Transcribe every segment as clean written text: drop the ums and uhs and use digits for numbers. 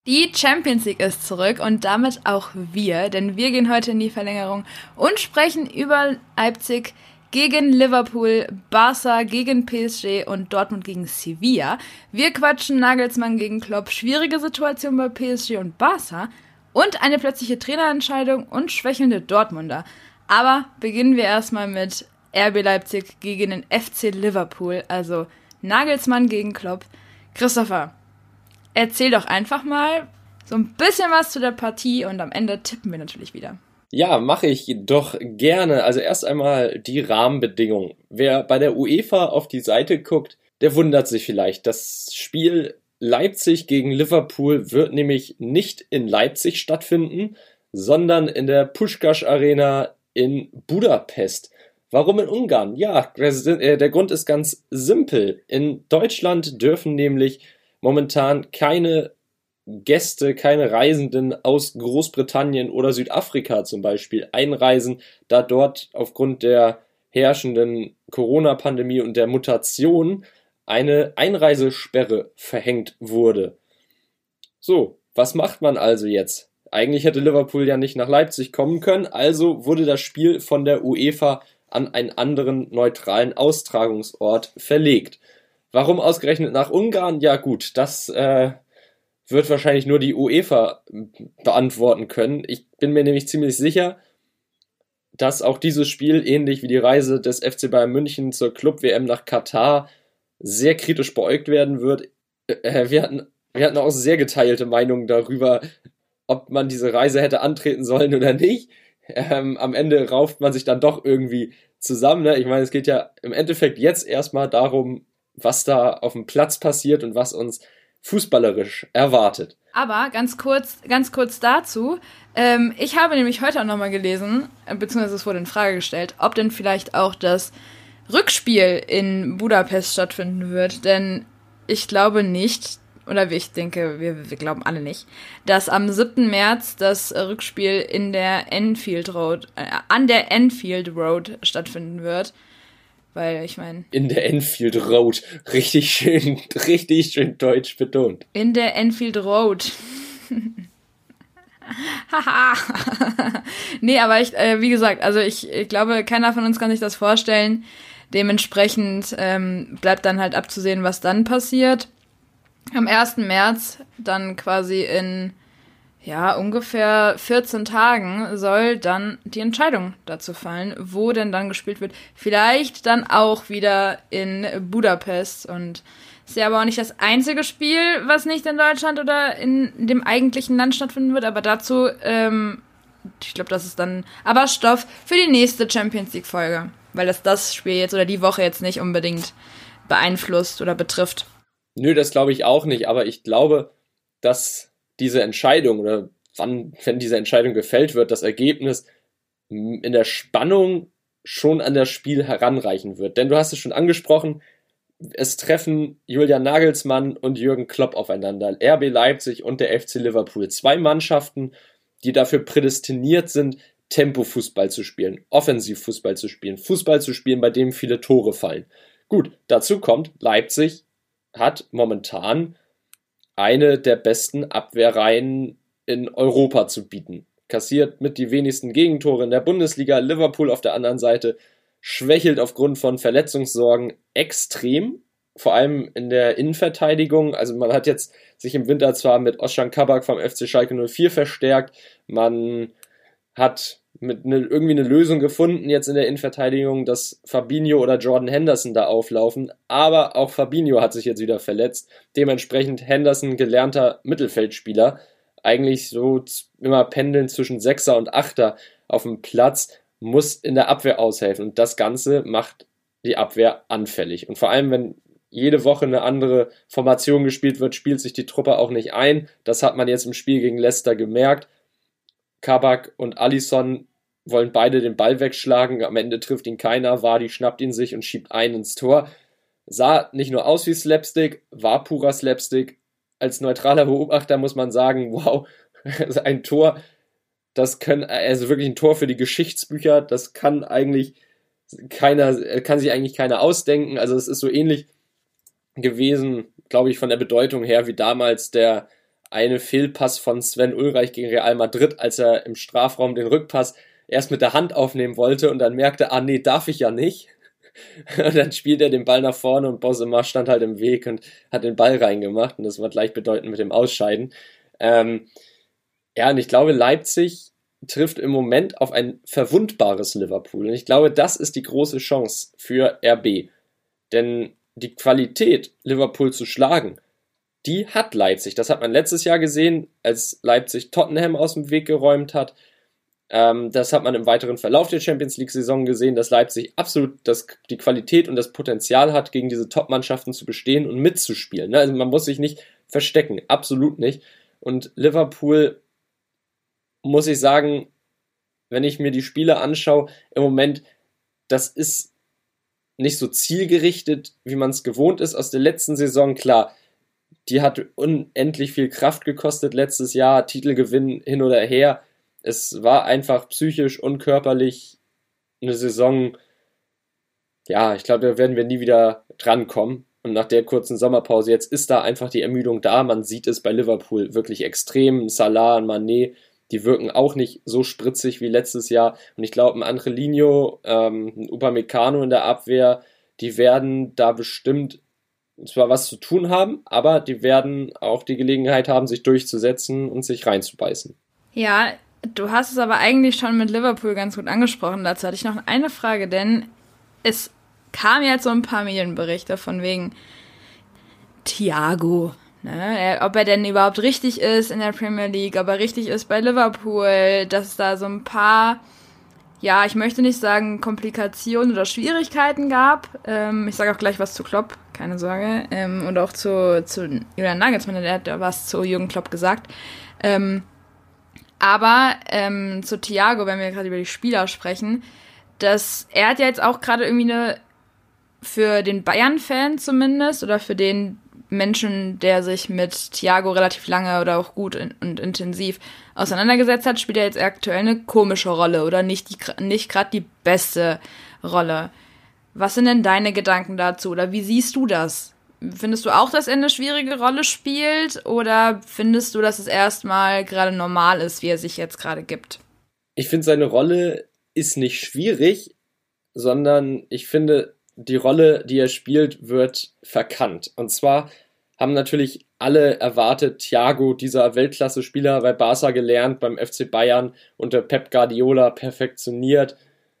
Die Champions League ist zurück und damit auch wir, denn wir gehen heute in die Verlängerung und sprechen über Leipzig gegen Liverpool, Barca gegen PSG und Dortmund gegen Sevilla. Wir quatschen Nagelsmann gegen Klopp, schwierige Situation bei PSG und Barca und eine plötzliche Trainerentscheidung und schwächelnde Dortmunder. Aber beginnen wir erstmal mit RB Leipzig gegen den FC Liverpool, also Nagelsmann gegen Klopp. Christopher, erzähl doch einfach mal so ein bisschen was zu der Partie und am Ende tippen wir natürlich wieder. Ja, mache ich doch gerne. Also erst einmal die Rahmenbedingungen. Wer bei der UEFA auf die Seite guckt, der wundert sich vielleicht. Das Spiel Leipzig gegen Liverpool wird nämlich nicht in Leipzig stattfinden, sondern in der Puskás Arena in Budapest. Warum in Ungarn? Ja, der Grund ist ganz simpel. In Deutschland dürfen nämlich momentan keine Gäste, keine Reisenden aus Großbritannien oder Südafrika zum Beispiel einreisen, da dort aufgrund der herrschenden Corona-Pandemie und der Mutation eine Einreisesperre verhängt wurde. So, was macht man also jetzt? Eigentlich hätte Liverpool ja nicht nach Leipzig kommen können, also wurde das Spiel von der UEFA an einen anderen neutralen Austragungsort verlegt. Warum ausgerechnet nach Ungarn? Ja gut, das wird wahrscheinlich nur die UEFA beantworten können. Ich bin mir nämlich ziemlich sicher, dass auch dieses Spiel, ähnlich wie die Reise des FC Bayern München zur Club-WM nach Katar, sehr kritisch beäugt werden wird. Wir hatten auch sehr geteilte Meinungen darüber, ob man diese Reise hätte antreten sollen oder nicht. Am Ende rauft man sich dann doch irgendwie zusammen. Ne? Ich meine, es geht ja im Endeffekt jetzt erstmal darum, was da auf dem Platz passiert und was uns fußballerisch erwartet. Aber ganz kurz dazu. Ich habe nämlich heute auch nochmal gelesen, beziehungsweise es wurde in Frage gestellt, ob denn vielleicht auch das Rückspiel in Budapest stattfinden wird. Denn ich glaube nicht, oder ich denke, wir glauben alle nicht, dass am 7. März das Rückspiel in der an der Anfield Road stattfinden wird. Weil, ich meine... In der Anfield Road. Richtig schön deutsch betont. In der Anfield Road. Haha. Nee, aber wie gesagt, also ich glaube, keiner von uns kann sich das vorstellen. Dementsprechend bleibt dann halt abzusehen, was dann passiert. Am 1. März, dann quasi in ungefähr 14 Tagen soll dann die Entscheidung dazu fallen, wo denn dann gespielt wird. Vielleicht dann auch wieder in Budapest. Und ist ja aber auch nicht das einzige Spiel, was nicht in Deutschland oder in dem eigentlichen Land stattfinden wird. Aber dazu, ich glaube, das ist dann aber Stoff für die nächste Champions League Folge. Weil das Spiel jetzt oder die Woche jetzt nicht unbedingt beeinflusst oder betrifft. Nö, das glaube ich auch nicht. Aber ich glaube, dass diese Entscheidung oder wenn diese Entscheidung gefällt wird, das Ergebnis in der Spannung schon an das Spiel heranreichen wird. Denn du hast es schon angesprochen, es treffen Julian Nagelsmann und Jürgen Klopp aufeinander. RB Leipzig und der FC Liverpool. Zwei Mannschaften, die dafür prädestiniert sind, Tempo-Fußball zu spielen, Offensivfußball zu spielen, bei dem viele Tore fallen. Gut, dazu kommt, Leipzig hat momentan eine der besten Abwehrreihen in Europa zu bieten. Kassiert mit die wenigsten Gegentore in der Bundesliga. Liverpool auf der anderen Seite schwächelt aufgrund von Verletzungssorgen extrem, vor allem in der Innenverteidigung. Also man hat jetzt sich im Winter zwar mit Ozcan Kabak vom FC Schalke 04 verstärkt, man hat irgendwie eine Lösung gefunden jetzt in der Innenverteidigung, dass Fabinho oder Jordan Henderson da auflaufen, aber auch Fabinho hat sich jetzt wieder verletzt, dementsprechend Henderson gelernter Mittelfeldspieler, eigentlich so immer pendeln zwischen Sechser und Achter auf dem Platz, muss in der Abwehr aushelfen und das Ganze macht die Abwehr anfällig und vor allem, wenn jede Woche eine andere Formation gespielt wird, spielt sich die Truppe auch nicht ein, das hat man jetzt im Spiel gegen Leicester gemerkt. Kabak und Alisson wollen beide den Ball wegschlagen, am Ende trifft ihn keiner, Vardy schnappt ihn sich und schiebt einen ins Tor. Sah nicht nur aus wie Slapstick, war purer Slapstick. Als neutraler Beobachter muss man sagen, wow, ein Tor, also wirklich ein Tor für die Geschichtsbücher, das kann sich eigentlich keiner ausdenken, also es ist so ähnlich gewesen, glaube ich, von der Bedeutung her, wie damals der eine Fehlpass von Sven Ulreich gegen Real Madrid, als er im Strafraum den Rückpass erst mit der Hand aufnehmen wollte und dann merkte, nee, darf ich ja nicht. Und dann spielt er den Ball nach vorne und Bosema stand halt im Weg und hat den Ball reingemacht und das war gleichbedeutend mit dem Ausscheiden. Und ich glaube, Leipzig trifft im Moment auf ein verwundbares Liverpool und ich glaube, das ist die große Chance für RB. Denn die Qualität, Liverpool zu schlagen, die hat Leipzig. Das hat man letztes Jahr gesehen, als Leipzig Tottenham aus dem Weg geräumt hat. Das hat man im weiteren Verlauf der Champions-League-Saison gesehen, dass Leipzig absolut die Qualität und das Potenzial hat, gegen diese Top-Mannschaften zu bestehen und mitzuspielen. Also man muss sich nicht verstecken, absolut nicht. Und Liverpool, muss ich sagen, wenn ich mir die Spiele anschaue, im Moment, das ist nicht so zielgerichtet, wie man es gewohnt ist aus der letzten Saison. Klar, die hat unendlich viel Kraft gekostet letztes Jahr, Titelgewinn hin oder her. Es war einfach psychisch und körperlich eine Saison, ich glaube, da werden wir nie wieder drankommen. Und nach der kurzen Sommerpause, jetzt ist da einfach die Ermüdung da. Man sieht es bei Liverpool wirklich extrem. Salah und Mané, die wirken auch nicht so spritzig wie letztes Jahr. Und ich glaube, ein Angelino, ein Upamecano in der Abwehr, die werden da bestimmt zwar was zu tun haben, aber die werden auch die Gelegenheit haben, sich durchzusetzen und sich reinzubeißen. Ja, du hast es aber eigentlich schon mit Liverpool ganz gut angesprochen. Dazu hatte ich noch eine Frage, denn es kamen jetzt so ein paar Medienberichte von wegen Thiago, ne? Ob er denn überhaupt richtig ist in der Premier League, ob er richtig ist bei Liverpool, dass es da so ein paar, ich möchte nicht sagen Komplikationen oder Schwierigkeiten gab. Ich sage auch gleich was zu Klopp, keine Sorge. Und auch zu Julian Nagelsmann, der hat was zu Jürgen Klopp gesagt. Aber zu Thiago, wenn wir gerade über die Spieler sprechen, er hat ja jetzt auch gerade irgendwie für den Bayern-Fan zumindest oder für den Menschen, der sich mit Thiago relativ lange oder auch gut und intensiv auseinandergesetzt hat, spielt er jetzt aktuell eine komische Rolle oder nicht gerade die beste Rolle. Was sind denn deine Gedanken dazu oder wie siehst du das? Findest du auch, dass er eine schwierige Rolle spielt oder findest du, dass es erstmal gerade normal ist, wie er sich jetzt gerade gibt? Ich finde, seine Rolle ist nicht schwierig, sondern ich finde, die Rolle, die er spielt, wird verkannt. Und zwar haben natürlich alle erwartet, Thiago, dieser Weltklasse-Spieler bei Barca gelernt, beim FC Bayern unter Pep Guardiola perfektioniert,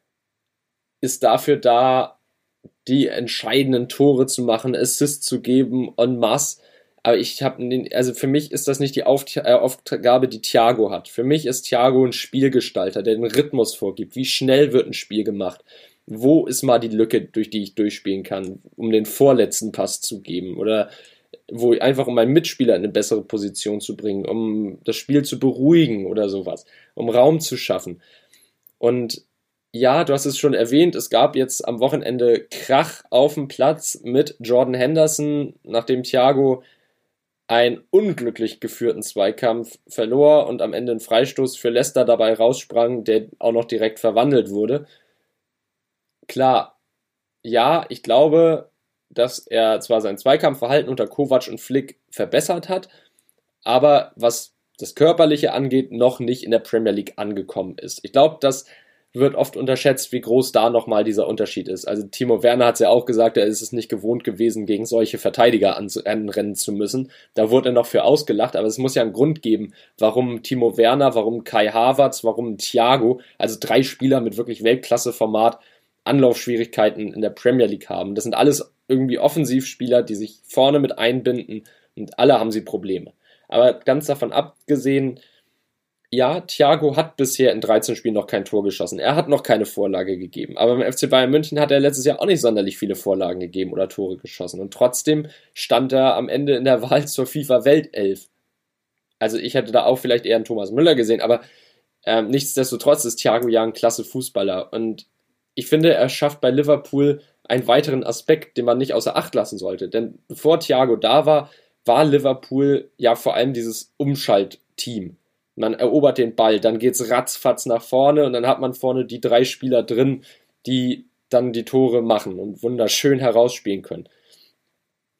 ist dafür da, die entscheidenden Tore zu machen, Assists zu geben en masse. Aber für mich ist das nicht die Aufgabe, die Thiago hat. Für mich ist Thiago ein Spielgestalter, der den Rhythmus vorgibt. Wie schnell wird ein Spiel gemacht? Wo ist mal die Lücke, durch die ich durchspielen kann, um den vorletzten Pass zu geben? Oder um meinen Mitspieler in eine bessere Position zu bringen, um das Spiel zu beruhigen oder sowas, um Raum zu schaffen. Und ja, du hast es schon erwähnt, es gab jetzt am Wochenende Krach auf dem Platz mit Jordan Henderson, nachdem Thiago einen unglücklich geführten Zweikampf verlor und am Ende einen Freistoß für Leicester dabei raussprang, der auch noch direkt verwandelt wurde. Klar, ja, ich glaube, dass er zwar sein Zweikampfverhalten unter Kovac und Flick verbessert hat, aber was das Körperliche angeht, noch nicht in der Premier League angekommen ist. Ich glaube, das wird oft unterschätzt, wie groß da nochmal dieser Unterschied ist. Also Timo Werner hat es ja auch gesagt, er ist es nicht gewohnt gewesen, gegen solche Verteidiger anrennen zu müssen. Da wurde er noch für ausgelacht, aber es muss ja einen Grund geben, warum Timo Werner, warum Kai Havertz, warum Thiago, also 3 Spieler mit wirklich Weltklasse-Format, Anlaufschwierigkeiten in der Premier League haben. Das sind alles irgendwie Offensivspieler, die sich vorne mit einbinden und alle haben sie Probleme. Aber ganz davon abgesehen, ja, Thiago hat bisher in 13 Spielen noch kein Tor geschossen. Er hat noch keine Vorlage gegeben. Aber beim FC Bayern München hat er letztes Jahr auch nicht sonderlich viele Vorlagen gegeben oder Tore geschossen. Und trotzdem stand er am Ende in der Wahl zur FIFA-Weltelf. Also ich hätte da auch vielleicht eher einen Thomas Müller gesehen, aber nichtsdestotrotz ist Thiago ja ein klasse Fußballer. Und ich finde, er schafft bei Liverpool einen weiteren Aspekt, den man nicht außer Acht lassen sollte. Denn bevor Thiago da war Liverpool ja vor allem dieses Umschaltteam. Man erobert den Ball, dann geht's ratzfatz nach vorne und dann hat man vorne die 3 Spieler drin, die dann die Tore machen und wunderschön herausspielen können.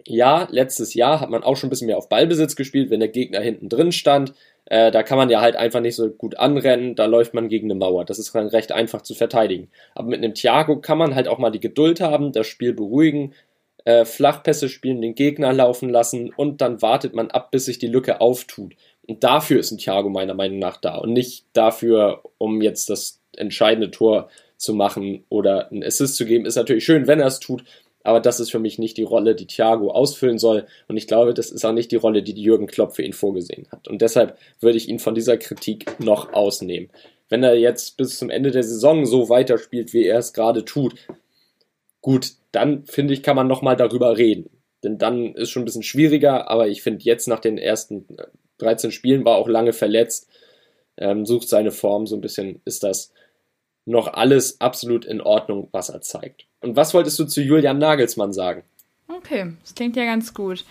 Ja, letztes Jahr hat man auch schon ein bisschen mehr auf Ballbesitz gespielt, wenn der Gegner hinten drin stand. Da kann man ja halt einfach nicht so gut anrennen, da läuft man gegen eine Mauer. Das ist dann recht einfach zu verteidigen. Aber mit einem Thiago kann man halt auch mal die Geduld haben, das Spiel beruhigen, Flachpässe spielen, den Gegner laufen lassen und dann wartet man ab, bis sich die Lücke auftut. Und dafür ist ein Thiago meiner Meinung nach da und nicht dafür, um jetzt das entscheidende Tor zu machen oder einen Assist zu geben. Ist natürlich schön, wenn er es tut, aber das ist für mich nicht die Rolle, die Thiago ausfüllen soll. Und ich glaube, das ist auch nicht die Rolle, die Jürgen Klopp für ihn vorgesehen hat. Und deshalb würde ich ihn von dieser Kritik noch ausnehmen. Wenn er jetzt bis zum Ende der Saison so weiterspielt, wie er es gerade tut, gut, dann finde ich, kann man nochmal darüber reden. Denn dann ist schon ein bisschen schwieriger, aber ich finde jetzt nach den ersten 13 Spielen war auch lange verletzt, sucht seine Form so ein bisschen, ist das noch alles absolut in Ordnung, was er zeigt. Und was wolltest du zu Julian Nagelsmann sagen? Okay, das klingt ja ganz gut.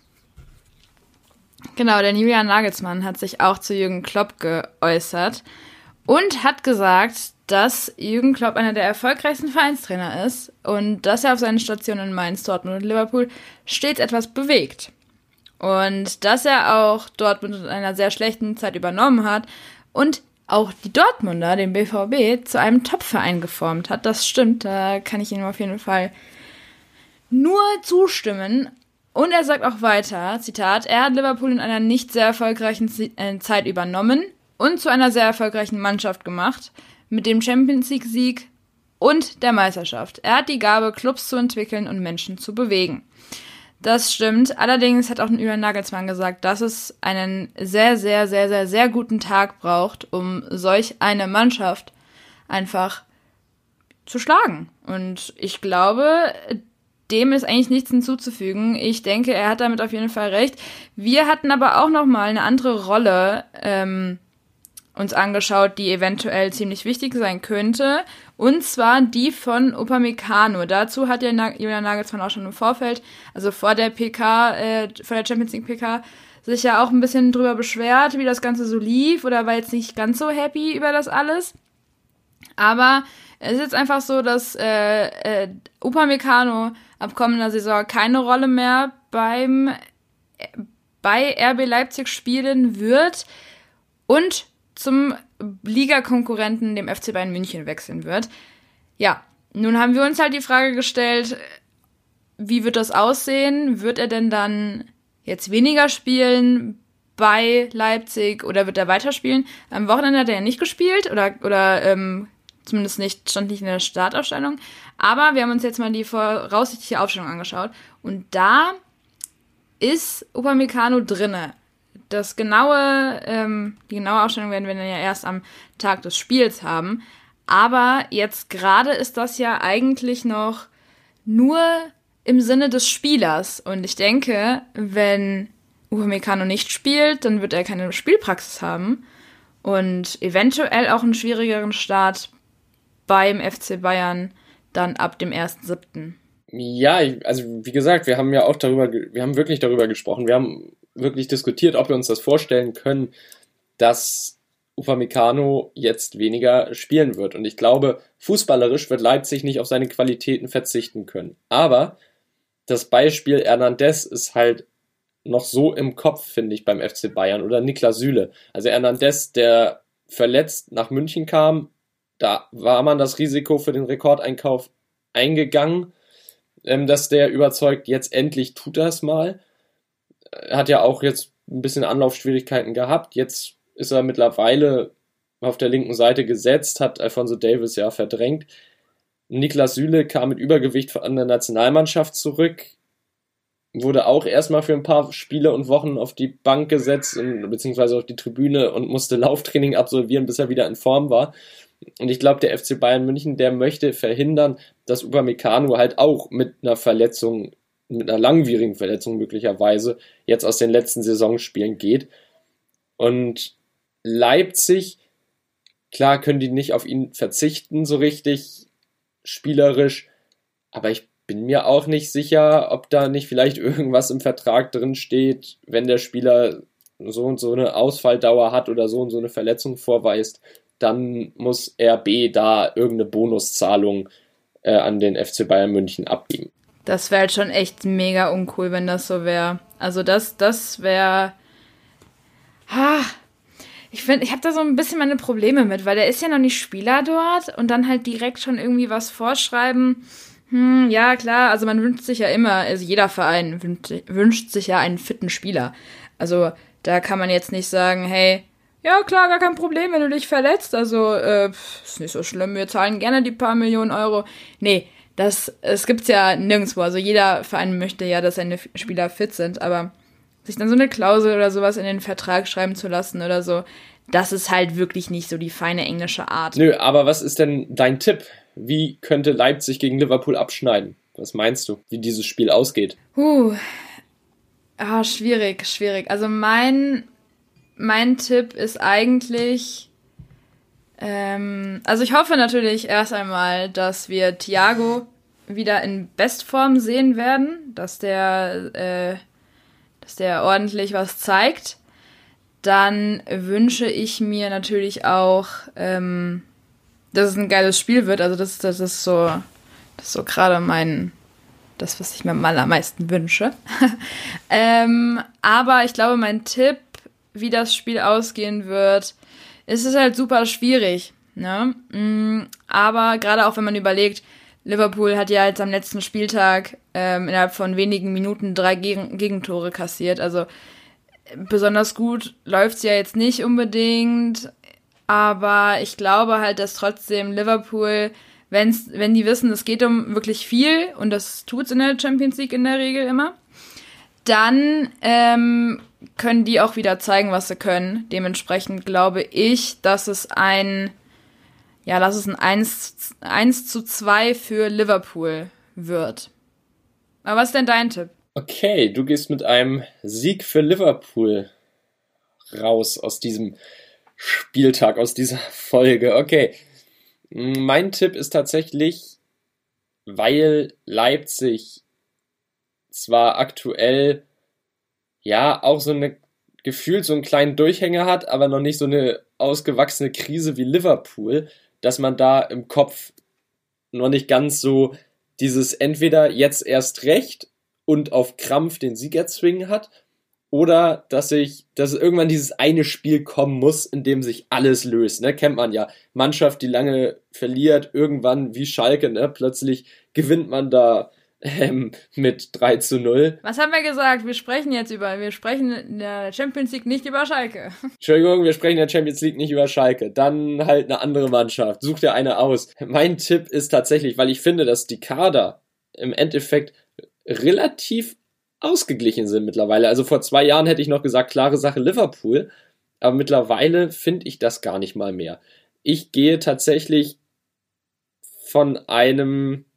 Genau, denn Julian Nagelsmann hat sich auch zu Jürgen Klopp geäußert und hat gesagt, dass Jürgen Klopp einer der erfolgreichsten Vereinstrainer ist und dass er auf seinen Stationen in Mainz, Dortmund und Liverpool stets etwas bewegt. Und dass er auch Dortmund in einer sehr schlechten Zeit übernommen hat und auch die Dortmunder, den BVB, zu einem Top-Verein geformt hat. Das stimmt, da kann ich ihm auf jeden Fall nur zustimmen. Und er sagt auch weiter, Zitat, er hat Liverpool in einer nicht sehr erfolgreichen Zeit übernommen und zu einer sehr erfolgreichen Mannschaft gemacht, mit dem Champions-League-Sieg und der Meisterschaft. Er hat die Gabe, Clubs zu entwickeln und Menschen zu bewegen. Das stimmt. Allerdings hat auch Julian Nagelsmann gesagt, dass es einen sehr, sehr, sehr, sehr, sehr guten Tag braucht, um solch eine Mannschaft einfach zu schlagen. Und ich glaube, dem ist eigentlich nichts hinzuzufügen. Ich denke, er hat damit auf jeden Fall recht. Wir hatten aber auch noch mal eine andere Rolle uns angeschaut, die eventuell ziemlich wichtig sein könnte. Und zwar die von Upamecano. Dazu hat ja Julian Nagelsmann auch schon im Vorfeld, also vor der PK, vor der Champions League PK, sich ja auch ein bisschen drüber beschwert, wie das Ganze so lief, oder war jetzt nicht ganz so happy über das alles. Aber es ist jetzt einfach so, dass Upamecano ab kommender Saison keine Rolle mehr bei RB Leipzig spielen wird und zum Ligakonkurrenten, dem FC Bayern München, wechseln wird. Ja, nun haben wir uns halt die Frage gestellt, wie wird das aussehen? Wird er denn dann jetzt weniger spielen bei Leipzig oder wird er weiterspielen? Am Wochenende hat er ja nicht gespielt oder zumindest nicht, stand nicht in der Startaufstellung. Aber wir haben uns jetzt mal die voraussichtliche Aufstellung angeschaut und da ist Upamecano drinne. Die genaue Aufstellung werden wir dann ja erst am Tag des Spiels haben. Aber jetzt gerade ist das ja eigentlich noch nur im Sinne des Spielers. Und ich denke, wenn Upamecano nicht spielt, dann wird er keine Spielpraxis haben und eventuell auch einen schwierigeren Start beim FC Bayern dann ab dem 1.7. Ja, also wie gesagt, wir haben wirklich darüber gesprochen. Wir haben wirklich diskutiert, ob wir uns das vorstellen können, dass Upamecano jetzt weniger spielen wird. Und ich glaube, fußballerisch wird Leipzig nicht auf seine Qualitäten verzichten können. Aber das Beispiel Hernandez ist halt noch so im Kopf, finde ich, beim FC Bayern oder Niklas Süle. Also Hernandez, der verletzt nach München kam, da war man das Risiko für den Rekordeinkauf eingegangen, dass der überzeugt, jetzt endlich tut er es mal. Er hat ja auch jetzt ein bisschen Anlaufschwierigkeiten gehabt. Jetzt ist er mittlerweile auf der linken Seite gesetzt, hat Alphonso Davies ja verdrängt. Niklas Süle kam mit Übergewicht von der Nationalmannschaft zurück, wurde auch erstmal für ein paar Spiele und Wochen auf die Bank gesetzt, beziehungsweise auf die Tribüne und musste Lauftraining absolvieren, bis er wieder in Form war. Und ich glaube, der FC Bayern München, der möchte verhindern, dass Upamecano halt auch mit einer Verletzung, mit einer langwierigen Verletzung möglicherweise, jetzt aus den letzten Saisonspielen geht. Und Leipzig, klar können die nicht auf ihn verzichten, so richtig spielerisch, aber ich bin mir auch nicht sicher, ob da nicht vielleicht irgendwas im Vertrag drin steht, wenn der Spieler so und so eine Ausfalldauer hat oder so und so eine Verletzung vorweist, dann muss RB da irgendeine Bonuszahlung an den FC Bayern München abgeben. Das wäre halt schon echt mega uncool, wenn das so wäre. Also das wäre... Ich habe da so ein bisschen meine Probleme mit, weil der ist ja noch nicht Spieler dort und dann halt direkt schon irgendwie was vorschreiben. Ja, klar, also man wünscht sich ja immer, also jeder Verein wünscht sich ja einen fitten Spieler. Also da kann man jetzt nicht sagen, hey, ja klar, gar kein Problem, wenn du dich verletzt. Also ist nicht so schlimm, wir zahlen gerne die paar Millionen Euro. Nee, es gibt's ja nirgendwo. Also jeder Verein möchte ja, dass seine Spieler fit sind, aber sich dann so eine Klausel oder sowas in den Vertrag schreiben zu lassen oder so, das ist halt wirklich nicht so die feine englische Art. Nö, aber was ist denn dein Tipp? Wie könnte Leipzig gegen Liverpool abschneiden? Was meinst du, wie dieses Spiel ausgeht? Schwierig. Also mein Tipp ist eigentlich, also ich hoffe natürlich erst einmal, dass wir Thiago wieder in Bestform sehen werden, dass der ordentlich was zeigt. Dann wünsche ich mir natürlich auch, dass es ein geiles Spiel wird. Also das ist so gerade das, was ich mir am allermeisten wünsche. Aber ich glaube, mein Tipp, wie das Spiel ausgehen wird, ist es halt super schwierig. Ne? Aber gerade auch, wenn man überlegt, Liverpool hat ja jetzt am letzten Spieltag innerhalb von wenigen Minuten 3 Gegentore kassiert. Also besonders gut läuft's ja jetzt nicht unbedingt. Aber ich glaube halt, dass trotzdem Liverpool, wenn die wissen, es geht um wirklich viel, und das tut's in der Champions League in der Regel immer, dann können die auch wieder zeigen, was sie können. Dementsprechend glaube ich, dass es ein 1:2 für Liverpool wird. Aber was ist denn dein Tipp? Okay, du gehst mit einem Sieg für Liverpool raus aus diesem Spieltag, aus dieser Folge. Okay, mein Tipp ist tatsächlich, weil Leipzig zwar aktuell ja auch gefühlt so einen kleinen Durchhänger hat, aber noch nicht so eine ausgewachsene Krise wie Liverpool, dass man da im Kopf noch nicht ganz so dieses entweder jetzt erst recht und auf Krampf den Sieg erzwingen hat, oder dass irgendwann dieses eine Spiel kommen muss, in dem sich alles löst. Ne? Kennt man ja. Mannschaft, die lange verliert, irgendwann wie Schalke, ne? Plötzlich gewinnt man da mit 3:0. Was haben wir gesagt? Wir sprechen in der Champions League nicht über Schalke. Entschuldigung, wir sprechen in der Champions League nicht über Schalke. Dann halt eine andere Mannschaft. Such dir eine aus. Mein Tipp ist tatsächlich, weil ich finde, dass die Kader im Endeffekt relativ ausgeglichen sind mittlerweile. Also vor 2 Jahren hätte ich noch gesagt, klare Sache Liverpool. Aber mittlerweile finde ich das gar nicht mal mehr. Ich gehe tatsächlich von einem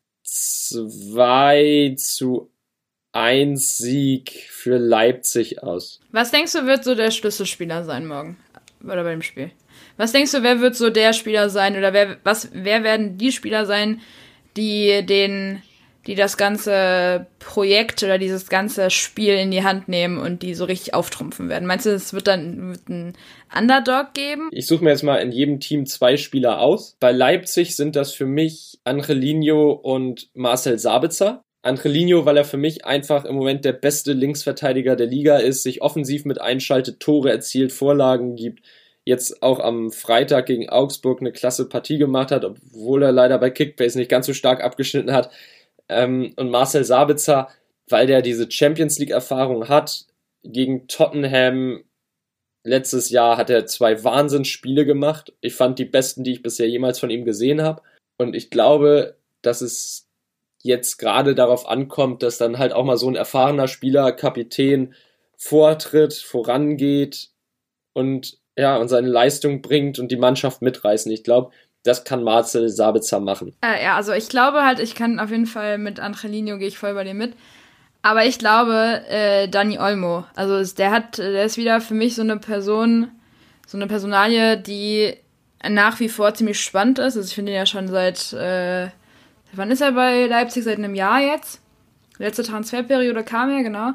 2:1 Sieg für Leipzig aus. Was denkst du, wird so der Schlüsselspieler sein morgen? Oder bei dem Spiel? Was denkst du, wer wird so der Spieler sein? Oder wer werden die Spieler sein, die das ganze Projekt oder dieses ganze Spiel in die Hand nehmen und die so richtig auftrumpfen werden? Meinst du, es wird einen Underdog geben? Ich suche mir jetzt mal in jedem Team 2 Spieler aus. Bei Leipzig sind das für mich Angelino und Marcel Sabitzer. Angelino, weil er für mich einfach im Moment der beste Linksverteidiger der Liga ist, sich offensiv mit einschaltet, Tore erzielt, Vorlagen gibt, jetzt auch am Freitag gegen Augsburg eine klasse Partie gemacht hat, obwohl er leider bei Kickbase nicht ganz so stark abgeschnitten hat. Und Marcel Sabitzer, weil der diese Champions League Erfahrung hat, gegen Tottenham letztes Jahr hat er 2 Wahnsinnsspiele gemacht. Ich fand die besten, die ich bisher jemals von ihm gesehen habe. Und ich glaube, dass es jetzt gerade darauf ankommt, dass dann halt auch mal so ein erfahrener Spieler, Kapitän, vortritt, vorangeht und seine Leistung bringt und die Mannschaft mitreißen. Ich glaube, das kann Marcel Sabitzer machen. Also ich glaube halt, ich kann auf jeden Fall mit Angelino, gehe ich voll bei dir mit. Aber ich glaube, Dani Olmo, also der ist wieder für mich so eine Personalie, die nach wie vor ziemlich spannend ist. Also ich finde ihn ja schon seit, wann ist er bei Leipzig? Seit einem Jahr jetzt? Letzte Transferperiode kam er, genau.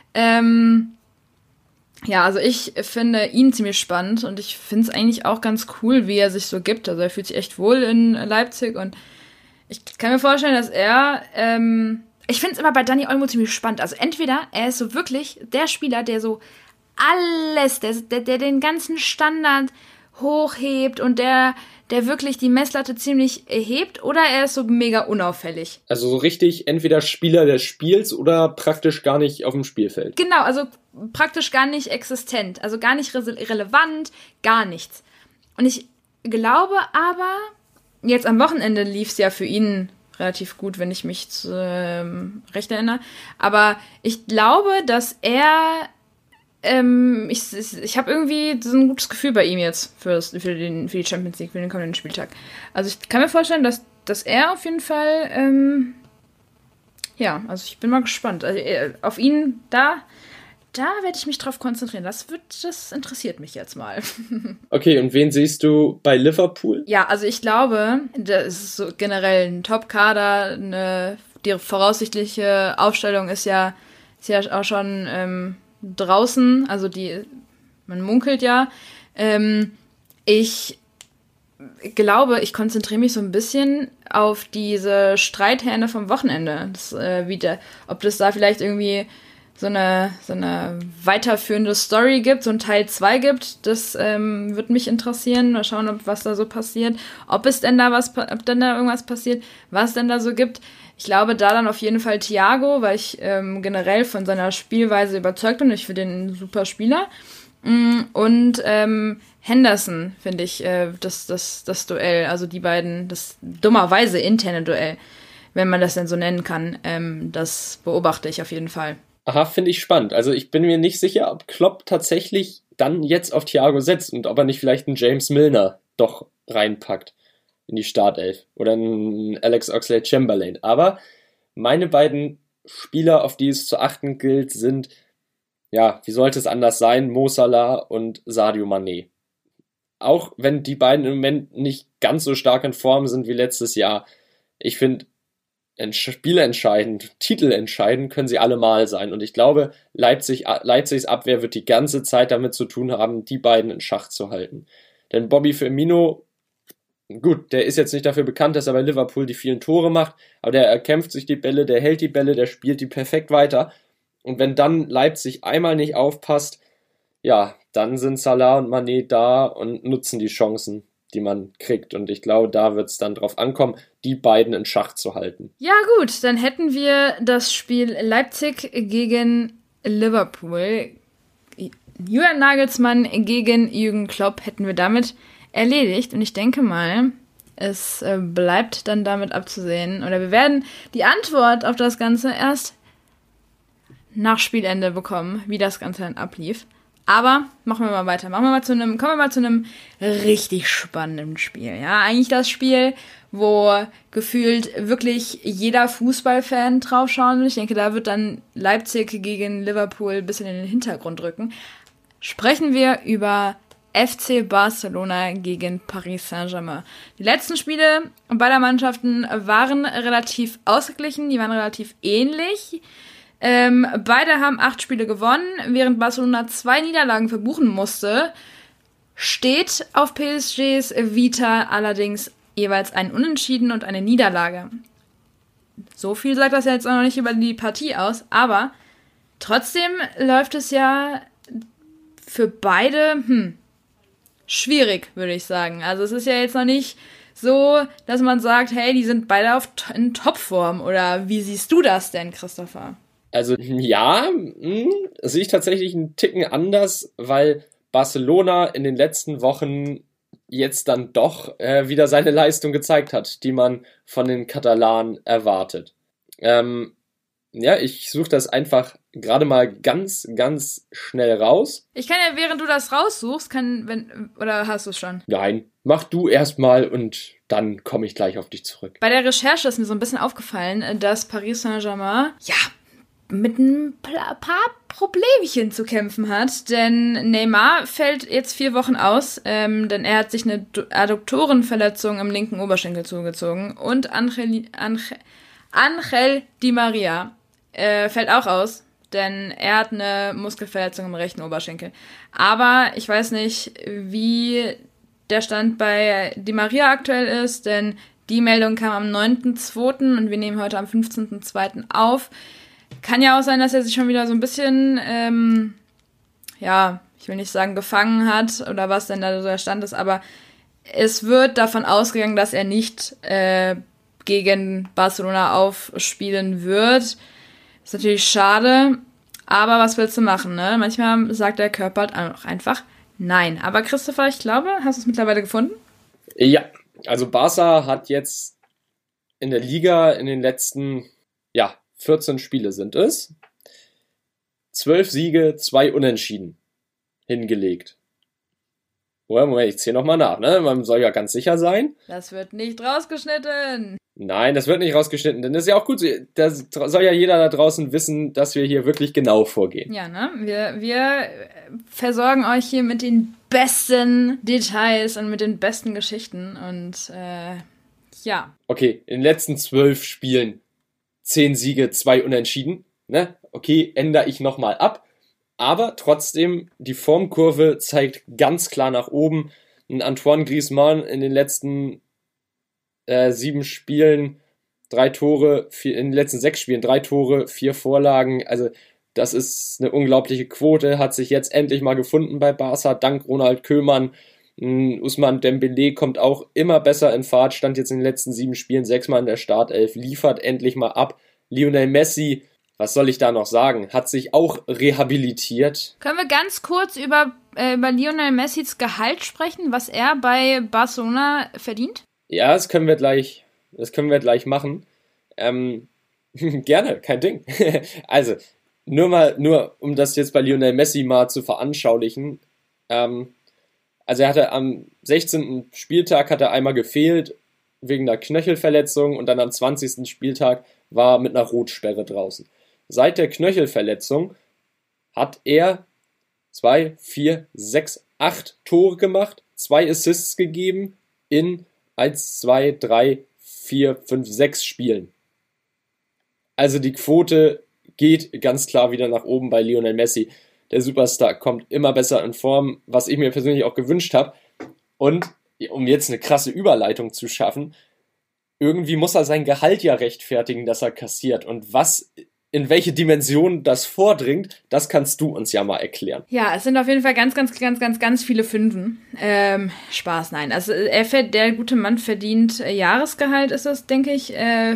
Also ich finde ihn ziemlich spannend und ich finde es eigentlich auch ganz cool, wie er sich so gibt. Also er fühlt sich echt wohl in Leipzig und ich kann mir vorstellen, dass er ich finde es immer bei Dani Olmo ziemlich spannend. Also entweder er ist so wirklich der Spieler, der so alles, der den ganzen Standard hochhebt und der wirklich die Messlatte ziemlich hebt, oder er ist so mega unauffällig. Also so richtig entweder Spieler des Spiels oder praktisch gar nicht auf dem Spielfeld. Genau, also praktisch gar nicht existent, also gar nicht relevant, gar nichts. Und ich glaube aber, jetzt am Wochenende lief es ja für ihn relativ gut, wenn ich mich recht erinnere, aber ich glaube, dass er ich habe irgendwie so ein gutes Gefühl bei ihm jetzt für die Champions League, für den kommenden Spieltag. Also ich kann mir vorstellen, dass er auf jeden Fall, also ich bin mal gespannt. Also, auf ihn, da werde ich mich drauf konzentrieren. Das interessiert mich jetzt mal. Okay, und wen siehst du bei Liverpool? Ja, also ich glaube, das ist so generell ein Top-Kader, die voraussichtliche Aufstellung ist ja auch schon draußen, also man munkelt ja. Ich glaube, ich konzentriere mich so ein bisschen auf diese Streithähne vom Wochenende. Ob das da vielleicht irgendwie so eine weiterführende Story gibt, so ein Teil 2 gibt, das würde mich interessieren. Mal schauen, was da so passiert. Ob denn da irgendwas passiert, was denn da so gibt. Ich glaube da dann auf jeden Fall Thiago, weil ich generell von seiner Spielweise überzeugt bin. Ich finde den ein super Spieler. Und Henderson finde ich das Duell, also die beiden, das dummerweise interne Duell, wenn man das denn so nennen kann, das beobachte ich auf jeden Fall. Aha, finde ich spannend. Also ich bin mir nicht sicher, ob Klopp tatsächlich dann jetzt auf Thiago setzt und ob er nicht vielleicht einen James Milner doch reinpackt in die Startelf oder einen Alex Oxlade-Chamberlain. Aber meine beiden Spieler, auf die es zu achten gilt, sind, ja, wie sollte es anders sein, Mo Salah und Sadio Mané. Auch wenn die beiden im Moment nicht ganz so stark in Form sind wie letztes Jahr, ich finde, spielentscheidend, titelentscheidend können sie allemal sein. Und ich glaube, Leipzigs Abwehr wird die ganze Zeit damit zu tun haben, die beiden in Schach zu halten. Denn Bobby Firmino, gut, der ist jetzt nicht dafür bekannt, dass er bei Liverpool die vielen Tore macht, aber der erkämpft sich die Bälle, der hält die Bälle, der spielt die perfekt weiter. Und wenn dann Leipzig einmal nicht aufpasst, ja, dann sind Salah und Mané da und nutzen die Chancen, die man kriegt. Und ich glaube, da wird es dann drauf ankommen, die beiden in Schach zu halten. Ja gut, dann hätten wir das Spiel Leipzig gegen Liverpool. Julian Nagelsmann gegen Jürgen Klopp hätten wir damit erledigt. Und ich denke mal, es bleibt dann damit abzusehen. Oder wir werden die Antwort auf das Ganze erst nach Spielende bekommen, wie das Ganze dann ablief. Aber machen wir mal weiter. Kommen wir mal zu einem richtig spannenden Spiel. Ja, eigentlich das Spiel, wo gefühlt wirklich jeder Fußballfan draufschauen will. Ich denke, da wird dann Leipzig gegen Liverpool ein bisschen in den Hintergrund rücken. Sprechen wir über FC Barcelona gegen Paris Saint-Germain. Die letzten Spiele beider Mannschaften waren relativ ausgeglichen, die waren relativ ähnlich. Beide haben 8 Spiele gewonnen, während Barcelona 2 Niederlagen verbuchen musste. Steht auf PSGs Vita allerdings jeweils ein Unentschieden und eine Niederlage. So viel sagt das ja jetzt auch noch nicht über die Partie aus, aber trotzdem läuft es ja für beide schwierig, würde ich sagen. Also es ist ja jetzt noch nicht so, dass man sagt, hey, die sind beide in Topform. Oder wie siehst du das denn, Christopher? Also ja, sehe ich tatsächlich einen Ticken anders, weil Barcelona in den letzten Wochen jetzt dann doch wieder seine Leistung gezeigt hat, die man von den Katalanen erwartet. Ja, ich suche das einfach gerade mal ganz, ganz schnell raus. Ich kann ja, während du das raussuchst, oder hast du es schon? Nein, mach du erstmal und dann komme ich gleich auf dich zurück. Bei der Recherche ist mir so ein bisschen aufgefallen, dass Paris Saint-Germain, mit ein paar Problemchen zu kämpfen hat, denn Neymar fällt jetzt 4 Wochen aus, denn er hat sich eine Adduktorenverletzung im linken Oberschenkel zugezogen und Angel Di Maria fällt auch aus, denn er hat eine Muskelverletzung im rechten Oberschenkel. Aber ich weiß nicht, wie der Stand bei Di Maria aktuell ist, denn Die Meldung kam am 9.2. und wir nehmen heute am 15.2. auf. Kann ja auch sein, dass er sich schon wieder so ein bisschen, ich will nicht sagen gefangen hat oder was denn da so der Stand ist, aber es wird davon ausgegangen, dass er nicht gegen Barcelona aufspielen wird. Ist natürlich schade, aber was willst du machen, ne? Manchmal sagt der Körper halt auch einfach nein. Aber Christopher, ich glaube, hast du es mittlerweile gefunden? Ja, also Barca hat jetzt in der Liga in den letzten, 14 Spiele sind es, 12 Siege, 2 Unentschieden hingelegt. Moment, ich zähle nochmal nach, ne? Man soll ja ganz sicher sein. Das wird nicht rausgeschnitten. Nein, das wird nicht rausgeschnitten, denn das ist ja auch gut. Da soll ja jeder da draußen wissen, dass wir hier wirklich genau vorgehen. Ja, ne? Wir versorgen euch hier mit den besten Details und mit den besten Geschichten und ja. Okay, in den letzten 12 Spielen 10 Siege, 2 Unentschieden. Ne? Okay, ändere ich nochmal ab. Aber trotzdem, die Formkurve zeigt ganz klar nach oben. Ein Antoine Griezmann in den letzten 7 Spielen 3 Tore, in den letzten 6 Spielen 3 Tore, 4 Vorlagen. Also das ist eine unglaubliche Quote. Hat sich jetzt endlich mal gefunden bei Barca, dank Ronald Koeman. Ousmane Dembélé kommt auch immer besser in Fahrt, stand jetzt in den letzten 7 Spielen 6-mal in der Startelf, liefert endlich mal ab. Lionel Messi, was soll ich da noch sagen, hat sich auch rehabilitiert. Können wir ganz kurz über Lionel Messis Gehalt sprechen, was er bei Barcelona verdient? Ja, das können wir gleich machen. Gerne, kein Ding. Also, nur um das jetzt bei Lionel Messi mal zu veranschaulichen, also er hatte am 16. Spieltag hat er einmal gefehlt wegen einer Knöchelverletzung und dann am 20. Spieltag war mit einer Rotsperre draußen. Seit der Knöchelverletzung hat er 2, 4, 6, 8 Tore gemacht, 2 Assists gegeben in 1, 2, 3, 4, 5, 6 Spielen. Also die Quote geht ganz klar wieder nach oben bei Lionel Messi. Der Superstar kommt immer besser in Form, was ich mir persönlich auch gewünscht habe. Und um jetzt eine krasse Überleitung zu schaffen, irgendwie muss er sein Gehalt ja rechtfertigen, dass er kassiert. Und in welche Dimension das vordringt, das kannst du uns ja mal erklären. Ja, es sind auf jeden Fall ganz viele Fünfen. Spaß, nein. Also der gute Mann verdient Jahresgehalt, ist das, denke ich,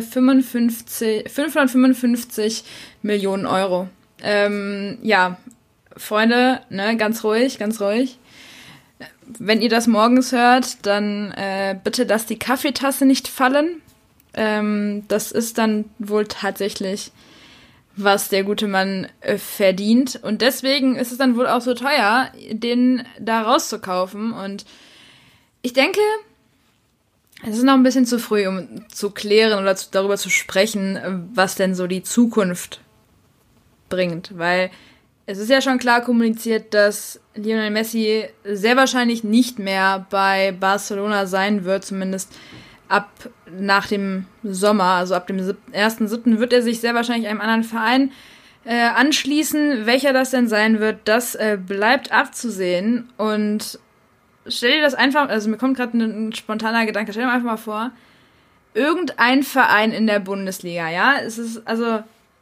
555 Millionen Euro. Ja, Freunde, ne, ganz ruhig. Wenn ihr das morgens hört, dann bitte lasst die Kaffeetasse nicht fallen. Das ist dann wohl tatsächlich, was der gute Mann verdient. Und deswegen ist es dann wohl auch so teuer, den da rauszukaufen. Und ich denke, es ist noch ein bisschen zu früh, um zu klären oder darüber zu sprechen, was denn so die Zukunft bringt. Weil es ist ja schon klar kommuniziert, dass Lionel Messi sehr wahrscheinlich nicht mehr bei Barcelona sein wird, zumindest ab nach dem Sommer, also ab dem 1.7. wird er sich sehr wahrscheinlich einem anderen Verein anschließen. Welcher das denn sein wird, das bleibt abzusehen. Und stell dir das einfach, also mir kommt gerade ein spontaner Gedanke, stell dir einfach mal vor, irgendein Verein in der Bundesliga, ja, es ist, also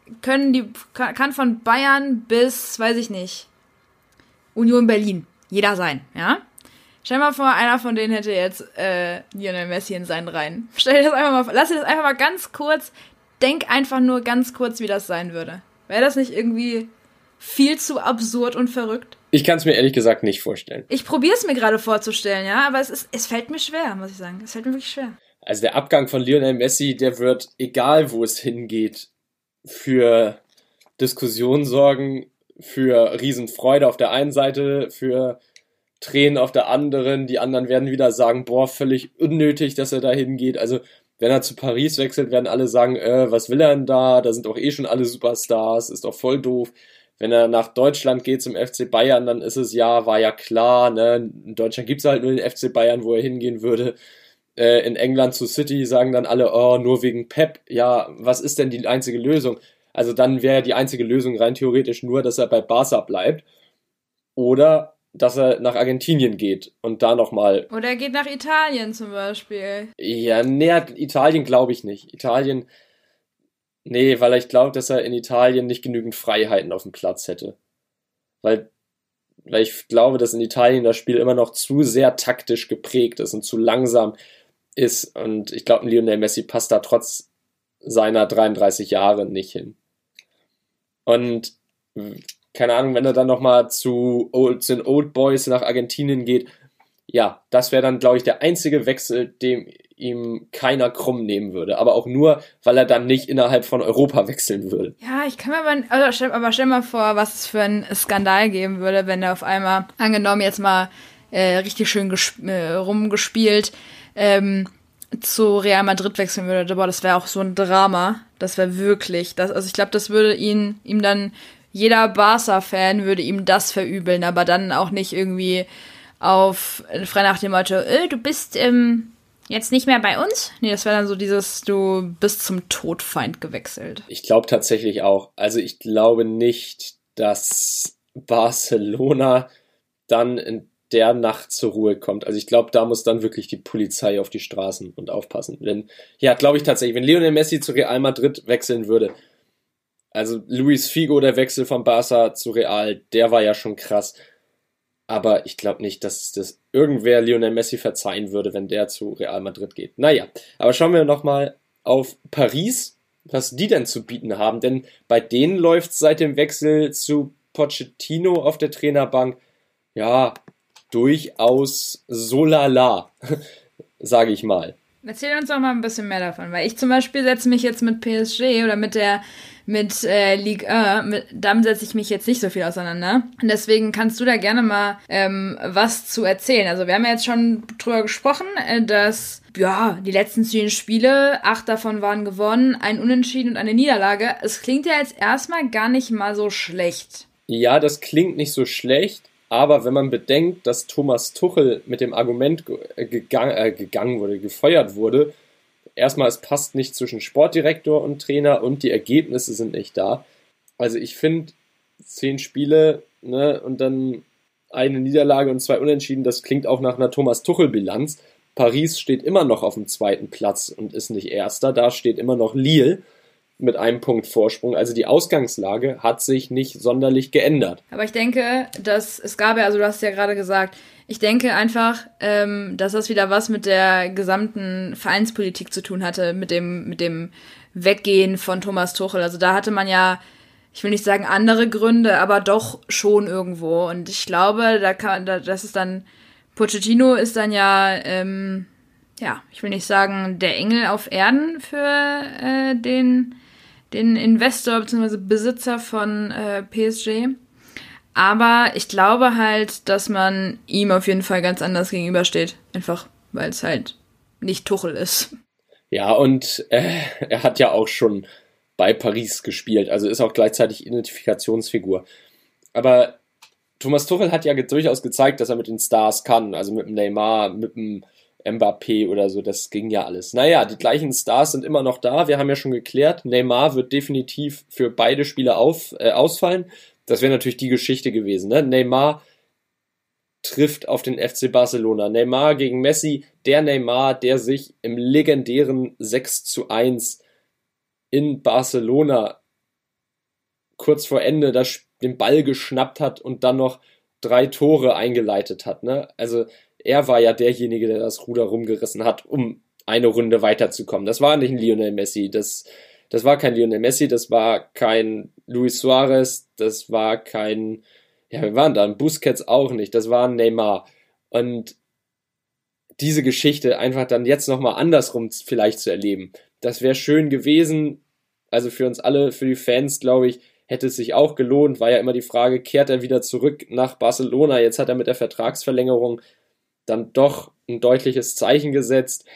kann von Bayern bis, weiß ich nicht, Union Berlin, jeder sein, ja? Stell dir mal vor, einer von denen hätte jetzt Lionel Messi in seinen Reihen. Stell dir das einfach mal vor, lass dir das einfach mal ganz kurz, denk einfach nur ganz kurz, wie das sein würde. Wäre das nicht irgendwie viel zu absurd und verrückt? Ich kann es mir ehrlich gesagt nicht vorstellen. Ich probiere es mir gerade vorzustellen, ja, aber es fällt mir schwer, muss ich sagen. Es fällt mir wirklich schwer. Also der Abgang von Lionel Messi, der wird, egal wo es hingeht, für Diskussionen sorgen, für Riesenfreude auf der einen Seite, für Tränen auf der anderen. Die anderen werden wieder sagen, boah, völlig unnötig, dass er da hingeht. Also wenn er zu Paris wechselt, werden alle sagen, was will er denn da? Da sind doch eh schon alle Superstars, ist doch voll doof. Wenn er nach Deutschland geht zum FC Bayern, dann ist es ja, war ja klar, ne? In Deutschland gibt's halt nur den FC Bayern, wo er hingehen würde. In England zu City sagen dann alle, oh, nur wegen Pep. Ja, was ist denn die einzige Lösung? Also dann wäre die einzige Lösung rein theoretisch nur, dass er bei Barca bleibt. Oder dass er nach Argentinien geht und da nochmal. Oder er geht nach Italien zum Beispiel. Ja, nee, Italien glaube ich nicht. Italien, nee, weil ich glaube, dass er in Italien nicht genügend Freiheiten auf dem Platz hätte. Weil ich glaube, dass in Italien das Spiel immer noch zu sehr taktisch geprägt ist und zu langsam ist. Und ich glaube, Lionel Messi passt da trotz seiner 33 Jahre nicht hin. Und keine Ahnung, wenn er dann nochmal zu den Old Boys nach Argentinien geht, ja, das wäre dann, glaube ich, der einzige Wechsel, dem ihm keiner krumm nehmen würde. Aber auch nur, weil er dann nicht innerhalb von Europa wechseln würde. Ja, ich kann mir aber stell mal vor, was es für einen Skandal geben würde, wenn er auf einmal, angenommen jetzt mal richtig schön rumgespielt, zu Real Madrid wechseln würde. Boah, das wäre auch so ein Drama. Das wäre wirklich, also ich glaube, das würde ihm dann, jeder Barca-Fan würde ihm das verübeln, aber dann auch nicht irgendwie frei nach dem Motto, du bist jetzt nicht mehr bei uns? Nee, das wäre dann so dieses, du bist zum Todfeind gewechselt. Ich glaube tatsächlich auch. Also ich glaube nicht, dass Barcelona dann in der Nacht zur Ruhe kommt. Also ich glaube, da muss dann wirklich die Polizei auf die Straßen und aufpassen. Denn, ja, glaube ich tatsächlich, wenn Lionel Messi zu Real Madrid wechseln würde, also Luis Figo, der Wechsel von Barca zu Real, der war ja schon krass. Aber ich glaube nicht, dass das irgendwer Lionel Messi verzeihen würde, wenn der zu Real Madrid geht. Naja, aber schauen wir nochmal auf Paris, was die denn zu bieten haben. Denn bei denen läuft es seit dem Wechsel zu Pochettino auf der Trainerbank, ja, durchaus so lala, sage ich mal. Erzähl uns doch mal ein bisschen mehr davon, weil ich zum Beispiel setze mich jetzt mit PSG oder mit Ligue 1, damit setze ich mich jetzt nicht so viel auseinander. Und deswegen kannst du da gerne mal was zu erzählen. Also wir haben ja jetzt schon drüber gesprochen, dass ja die letzten 10 Spiele, 8 davon waren gewonnen, ein Unentschieden und eine Niederlage. Es klingt ja jetzt erstmal gar nicht mal so schlecht. Ja, das klingt nicht so schlecht. Aber wenn man bedenkt, dass Thomas Tuchel mit dem Argument gefeuert wurde, erstmal, es passt nicht zwischen Sportdirektor und Trainer und die Ergebnisse sind nicht da. Also ich finde, 10 Spiele, ne, und dann eine Niederlage und 2 Unentschieden, das klingt auch nach einer Thomas Tuchel-Bilanz. Paris steht immer noch auf dem 2. Platz und ist nicht Erster. Da steht immer noch Lille mit einem Punkt Vorsprung. Also die Ausgangslage hat sich nicht sonderlich geändert. Aber ich denke, dass es gab ja, also du hast ja gerade gesagt, ich denke einfach, dass das wieder was mit der gesamten Vereinspolitik zu tun hatte, mit dem Weggehen von Thomas Tuchel. Also da hatte man ja, ich will nicht sagen andere Gründe, aber doch schon irgendwo. Und ich glaube, das ist dann, Pochettino ist dann ja, ich will nicht sagen, der Engel auf Erden für den Investor bzw. Besitzer von PSG. Aber ich glaube halt, dass man ihm auf jeden Fall ganz anders gegenübersteht. Einfach, weil es halt nicht Tuchel ist. Ja, und er hat ja auch schon bei Paris gespielt, also ist auch gleichzeitig Identifikationsfigur. Aber Thomas Tuchel hat ja durchaus gezeigt, dass er mit den Stars kann, also mit dem Neymar, mit dem Mbappé oder so, das ging ja alles. Naja, die gleichen Stars sind immer noch da, wir haben ja schon geklärt, Neymar wird definitiv für beide Spiele ausfallen. Das wäre natürlich die Geschichte gewesen, ne? Neymar trifft auf den FC Barcelona. Neymar gegen Messi, der Neymar, der sich im legendären 6:1 in Barcelona kurz vor Ende den Ball geschnappt hat und dann noch 3 Tore eingeleitet hat, ne? Also er war ja derjenige, der das Ruder rumgerissen hat, um eine Runde weiterzukommen. Das war nicht ein Lionel Messi, das war kein Lionel Messi, das war kein Luis Suarez, das war kein, ja, wir waren da, ein Busquets auch nicht, das war ein Neymar. Und diese Geschichte einfach dann jetzt nochmal andersrum vielleicht zu erleben, das wäre schön gewesen, also für uns alle, für die Fans, glaube ich, hätte es sich auch gelohnt, war ja immer die Frage, kehrt er wieder zurück nach Barcelona, jetzt hat er mit der Vertragsverlängerung dann doch ein deutliches Zeichen gesetzt.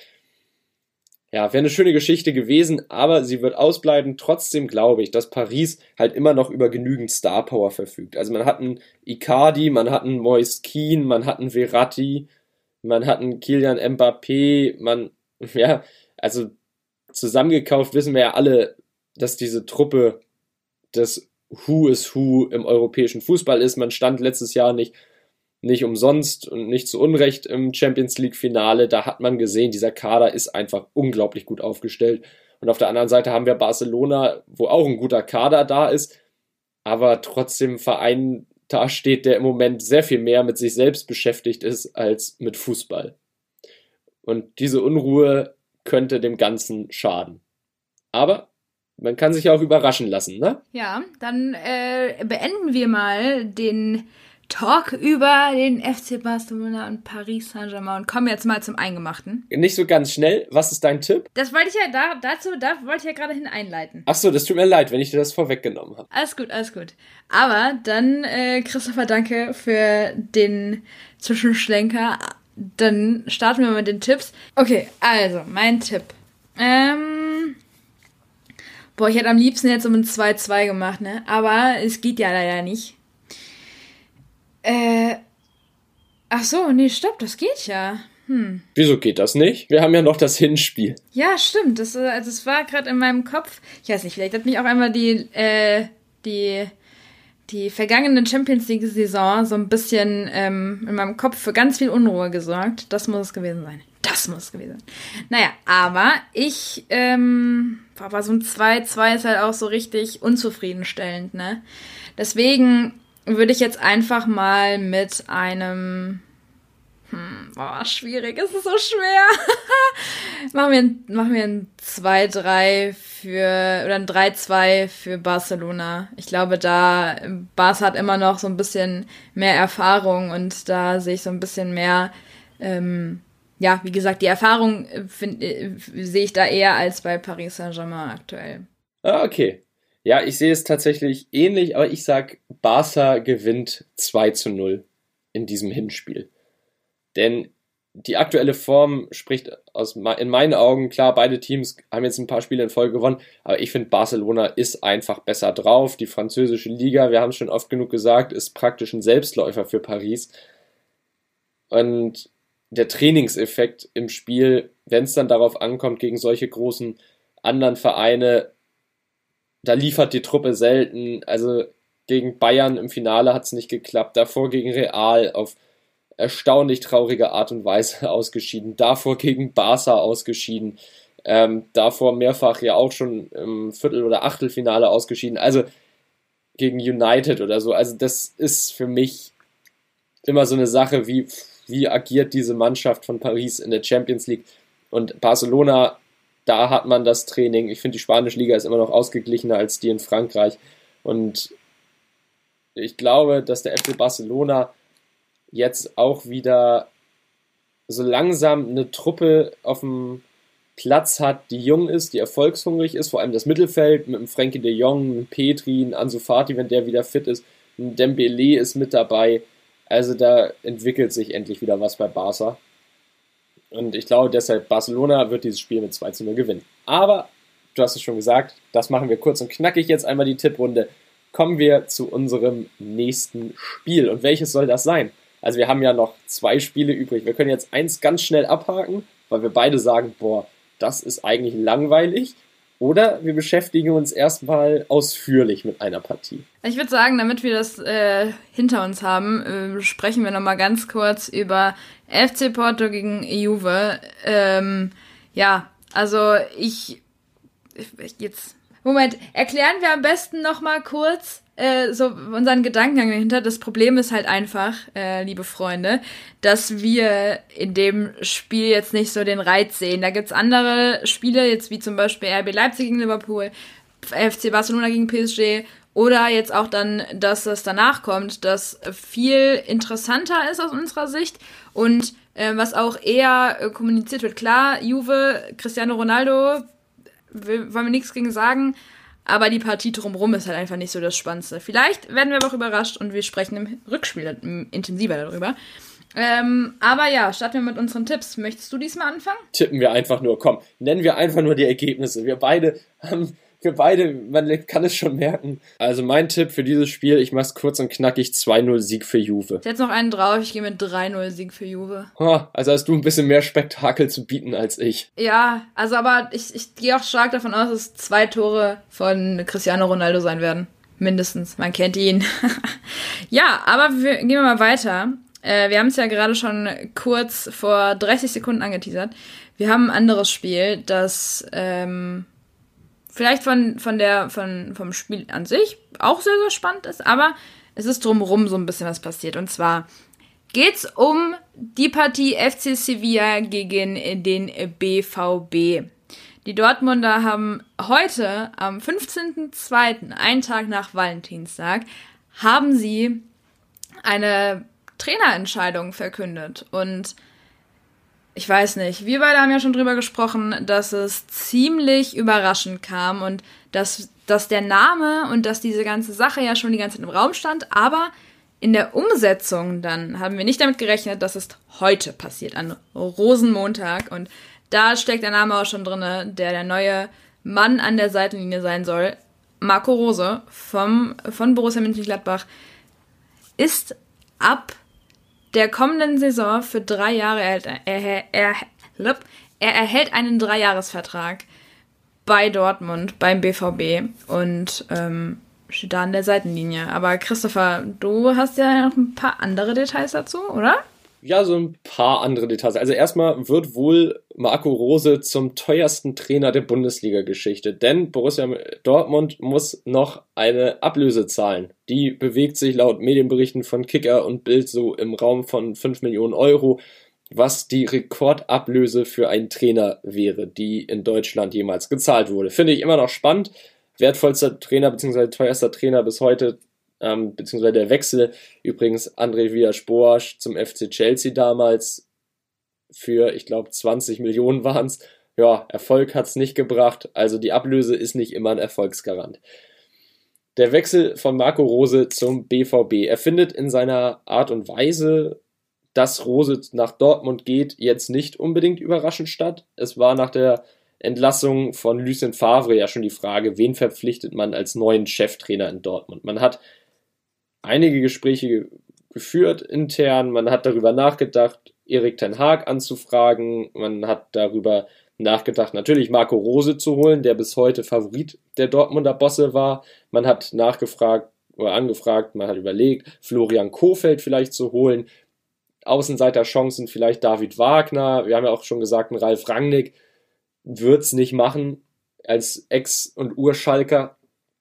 Ja, wäre eine schöne Geschichte gewesen, aber sie wird ausbleiben. Trotzdem glaube ich, dass Paris halt immer noch über genügend Star Power verfügt. Also man hat einen Icardi, man hat einen Moise Kean, man hat einen Verratti, man hat einen Kylian Mbappé, also zusammengekauft wissen wir ja alle, dass diese Truppe das Who is Who im europäischen Fußball ist. Man stand letztes Jahr nicht nicht umsonst und nicht zu Unrecht im Champions-League-Finale. Da hat man gesehen, dieser Kader ist einfach unglaublich gut aufgestellt. Und auf der anderen Seite haben wir Barcelona, wo auch ein guter Kader da ist, aber trotzdem ein Verein da steht, der im Moment sehr viel mehr mit sich selbst beschäftigt ist als mit Fußball. Und diese Unruhe könnte dem Ganzen schaden. Aber man kann sich auch überraschen lassen, ne? Ja, dann beenden wir mal den Talk über den FC Barcelona und Paris Saint-Germain und kommen jetzt mal zum Eingemachten. Nicht so ganz schnell. Was ist dein Tipp? Das wollte ich ja da wollte ich ja gerade hin einleiten. Ach so, das tut mir leid, wenn ich dir das vorweggenommen habe. Alles gut, alles gut. Aber dann, Christopher, danke für den Zwischenschlenker. Dann starten wir mit den Tipps. Okay, also, mein Tipp. Ich hätte am liebsten jetzt um ein 2-2 gemacht, ne? Aber es geht ja leider nicht. Ach so, nee, stopp, das geht ja. Wieso geht das nicht? Wir haben ja noch das Hinspiel. Ja, stimmt. Das war gerade in meinem Kopf. Ich weiß nicht, vielleicht hat mich auch einmal die vergangene Champions League-Saison so ein bisschen in meinem Kopf für ganz viel Unruhe gesorgt. Das muss es gewesen sein. Naja, aber aber so ein 2-2 ist halt auch so richtig unzufriedenstellend, ne? Deswegen würde ich jetzt einfach mal mit einem schwierig, es ist so schwer. machen wir ein 2-3 oder ein 3-2 für Barcelona. Ich glaube, Barca hat immer noch so ein bisschen mehr Erfahrung und da sehe ich so ein bisschen mehr, wie gesagt, die Erfahrung sehe ich da eher als bei Paris Saint-Germain aktuell. Ah, okay. Ja, ich sehe es tatsächlich ähnlich, aber ich sag, Barca gewinnt 2-0 in diesem Hinspiel. Denn die aktuelle Form spricht in meinen Augen, klar, beide Teams haben jetzt ein paar Spiele in Folge gewonnen, aber ich finde, Barcelona ist einfach besser drauf. Die französische Liga, wir haben es schon oft genug gesagt, ist praktisch ein Selbstläufer für Paris. Und der Trainingseffekt im Spiel, wenn es dann darauf ankommt, gegen solche großen anderen Vereine, da liefert die Truppe selten. Also gegen Bayern im Finale hat es nicht geklappt, davor gegen Real auf erstaunlich traurige Art und Weise ausgeschieden, davor gegen Barca ausgeschieden, davor mehrfach ja auch schon im Viertel- oder Achtelfinale ausgeschieden, also gegen United oder so. Also das ist für mich immer so eine Sache, wie agiert diese Mannschaft von Paris in der Champions League. Und Barcelona, da hat man das Training. Ich finde, die spanische Liga ist immer noch ausgeglichener als die in Frankreich. Und ich glaube, dass der FC Barcelona jetzt auch wieder so langsam eine Truppe auf dem Platz hat, die jung ist, die erfolgshungrig ist, vor allem das Mittelfeld mit dem Frenkie de Jong, mit Pedri, mit Ansu Fati, wenn der wieder fit ist, ein Dembélé ist mit dabei, also da entwickelt sich endlich wieder was bei Barca und ich glaube deshalb, Barcelona wird dieses Spiel mit 2-0 gewinnen. Aber, du hast es schon gesagt, das machen wir kurz und knackig jetzt einmal die Tipprunde. Kommen wir zu unserem nächsten Spiel und welches soll das sein? Also wir haben ja noch 2 Spiele übrig. Wir können jetzt eins ganz schnell abhaken, weil wir beide sagen, das ist eigentlich langweilig. Oder wir beschäftigen uns erstmal ausführlich mit einer Partie. Ich würde sagen, damit wir das hinter uns haben, sprechen wir nochmal ganz kurz über FC Porto gegen Juve. Erklären wir am besten nochmal kurz so unseren Gedankengang dahinter. Das Problem ist halt einfach, liebe Freunde, dass wir in dem Spiel jetzt nicht so den Reiz sehen. Da gibt's andere Spiele, jetzt wie zum Beispiel RB Leipzig gegen Liverpool, FC Barcelona gegen PSG oder jetzt auch dann, dass es danach kommt, das viel interessanter ist aus unserer Sicht und was auch eher kommuniziert wird. Klar, Juve, Cristiano Ronaldo, wollen wir nichts gegen sagen, aber die Partie drumherum ist halt einfach nicht so das Spannendste. Vielleicht werden wir aber auch überrascht und wir sprechen im Rückspiel intensiver darüber. Aber ja, starten wir mit unseren Tipps. Möchtest du diesmal anfangen? Tippen wir einfach nur, nennen wir einfach nur die Ergebnisse. Wir beide, man kann es schon merken. Also mein Tipp für dieses Spiel, ich mach's kurz und knackig, 2-0 Sieg für Juve. Ich setze noch einen drauf, ich gehe mit 3-0 Sieg für Juve. Also hast du ein bisschen mehr Spektakel zu bieten als ich. Ja, also aber ich gehe auch stark davon aus, dass 2 Tore von Cristiano Ronaldo sein werden. Mindestens, man kennt ihn. Ja, aber gehen wir mal weiter. Wir haben es ja gerade schon kurz vor 30 Sekunden angeteasert. Wir haben ein anderes Spiel, das vielleicht vom Spiel an sich auch sehr, sehr spannend ist, aber es ist drumherum so ein bisschen was passiert. Und zwar geht's um die Partie FC Sevilla gegen den BVB. Die Dortmunder haben heute, am 15.02., einen Tag nach Valentinstag, haben sie eine Trainerentscheidung verkündet. Und ich weiß nicht, wir beide haben ja schon drüber gesprochen, dass es ziemlich überraschend kam und dass der Name und dass diese ganze Sache ja schon die ganze Zeit im Raum stand, aber in der Umsetzung dann haben wir nicht damit gerechnet, dass es heute passiert, an Rosenmontag. Und da steckt der Name auch schon drin, der neue Mann an der Seitenlinie sein soll. Marco Rose von Borussia Mönchengladbach ist ab der kommenden Saison für 3 Jahre, er erhält einen 3-Jahres-Vertrag bei Dortmund, beim BVB und steht da an der Seitenlinie. Aber Christopher, du hast ja noch ein paar andere Details dazu, oder? Ja, so ein paar andere Details. Also erstmal wird wohl Marco Rose zum teuersten Trainer der Bundesliga-Geschichte, denn Borussia Dortmund muss noch eine Ablöse zahlen. Die bewegt sich laut Medienberichten von Kicker und Bild so im Raum von 5 Millionen Euro, was die Rekordablöse für einen Trainer wäre, die in Deutschland jemals gezahlt wurde. Finde ich immer noch spannend. Wertvollster Trainer bzw. teuerster Trainer bis heute, beziehungsweise der Wechsel, übrigens André Villas-Boas zum FC Chelsea damals für, ich glaube, 20 Millionen waren es. Ja, Erfolg hat es nicht gebracht, also die Ablöse ist nicht immer ein Erfolgsgarant. Der Wechsel von Marco Rose zum BVB. Er findet in seiner Art und Weise, dass Rose nach Dortmund geht, jetzt nicht unbedingt überraschend statt. Es war nach der Entlassung von Lucien Favre ja schon die Frage, wen verpflichtet man als neuen Cheftrainer in Dortmund. Man hat einige Gespräche geführt intern, man hat darüber nachgedacht, Erik ten Hag anzufragen, man hat darüber nachgedacht, natürlich Marco Rose zu holen, der bis heute Favorit der Dortmunder Bosse war, man hat nachgefragt oder angefragt, man hat überlegt, Florian Kohfeldt vielleicht zu holen, Außenseiterchancen vielleicht David Wagner, wir haben ja auch schon gesagt, ein Ralf Rangnick wird's nicht machen als Ex- und Urschalker.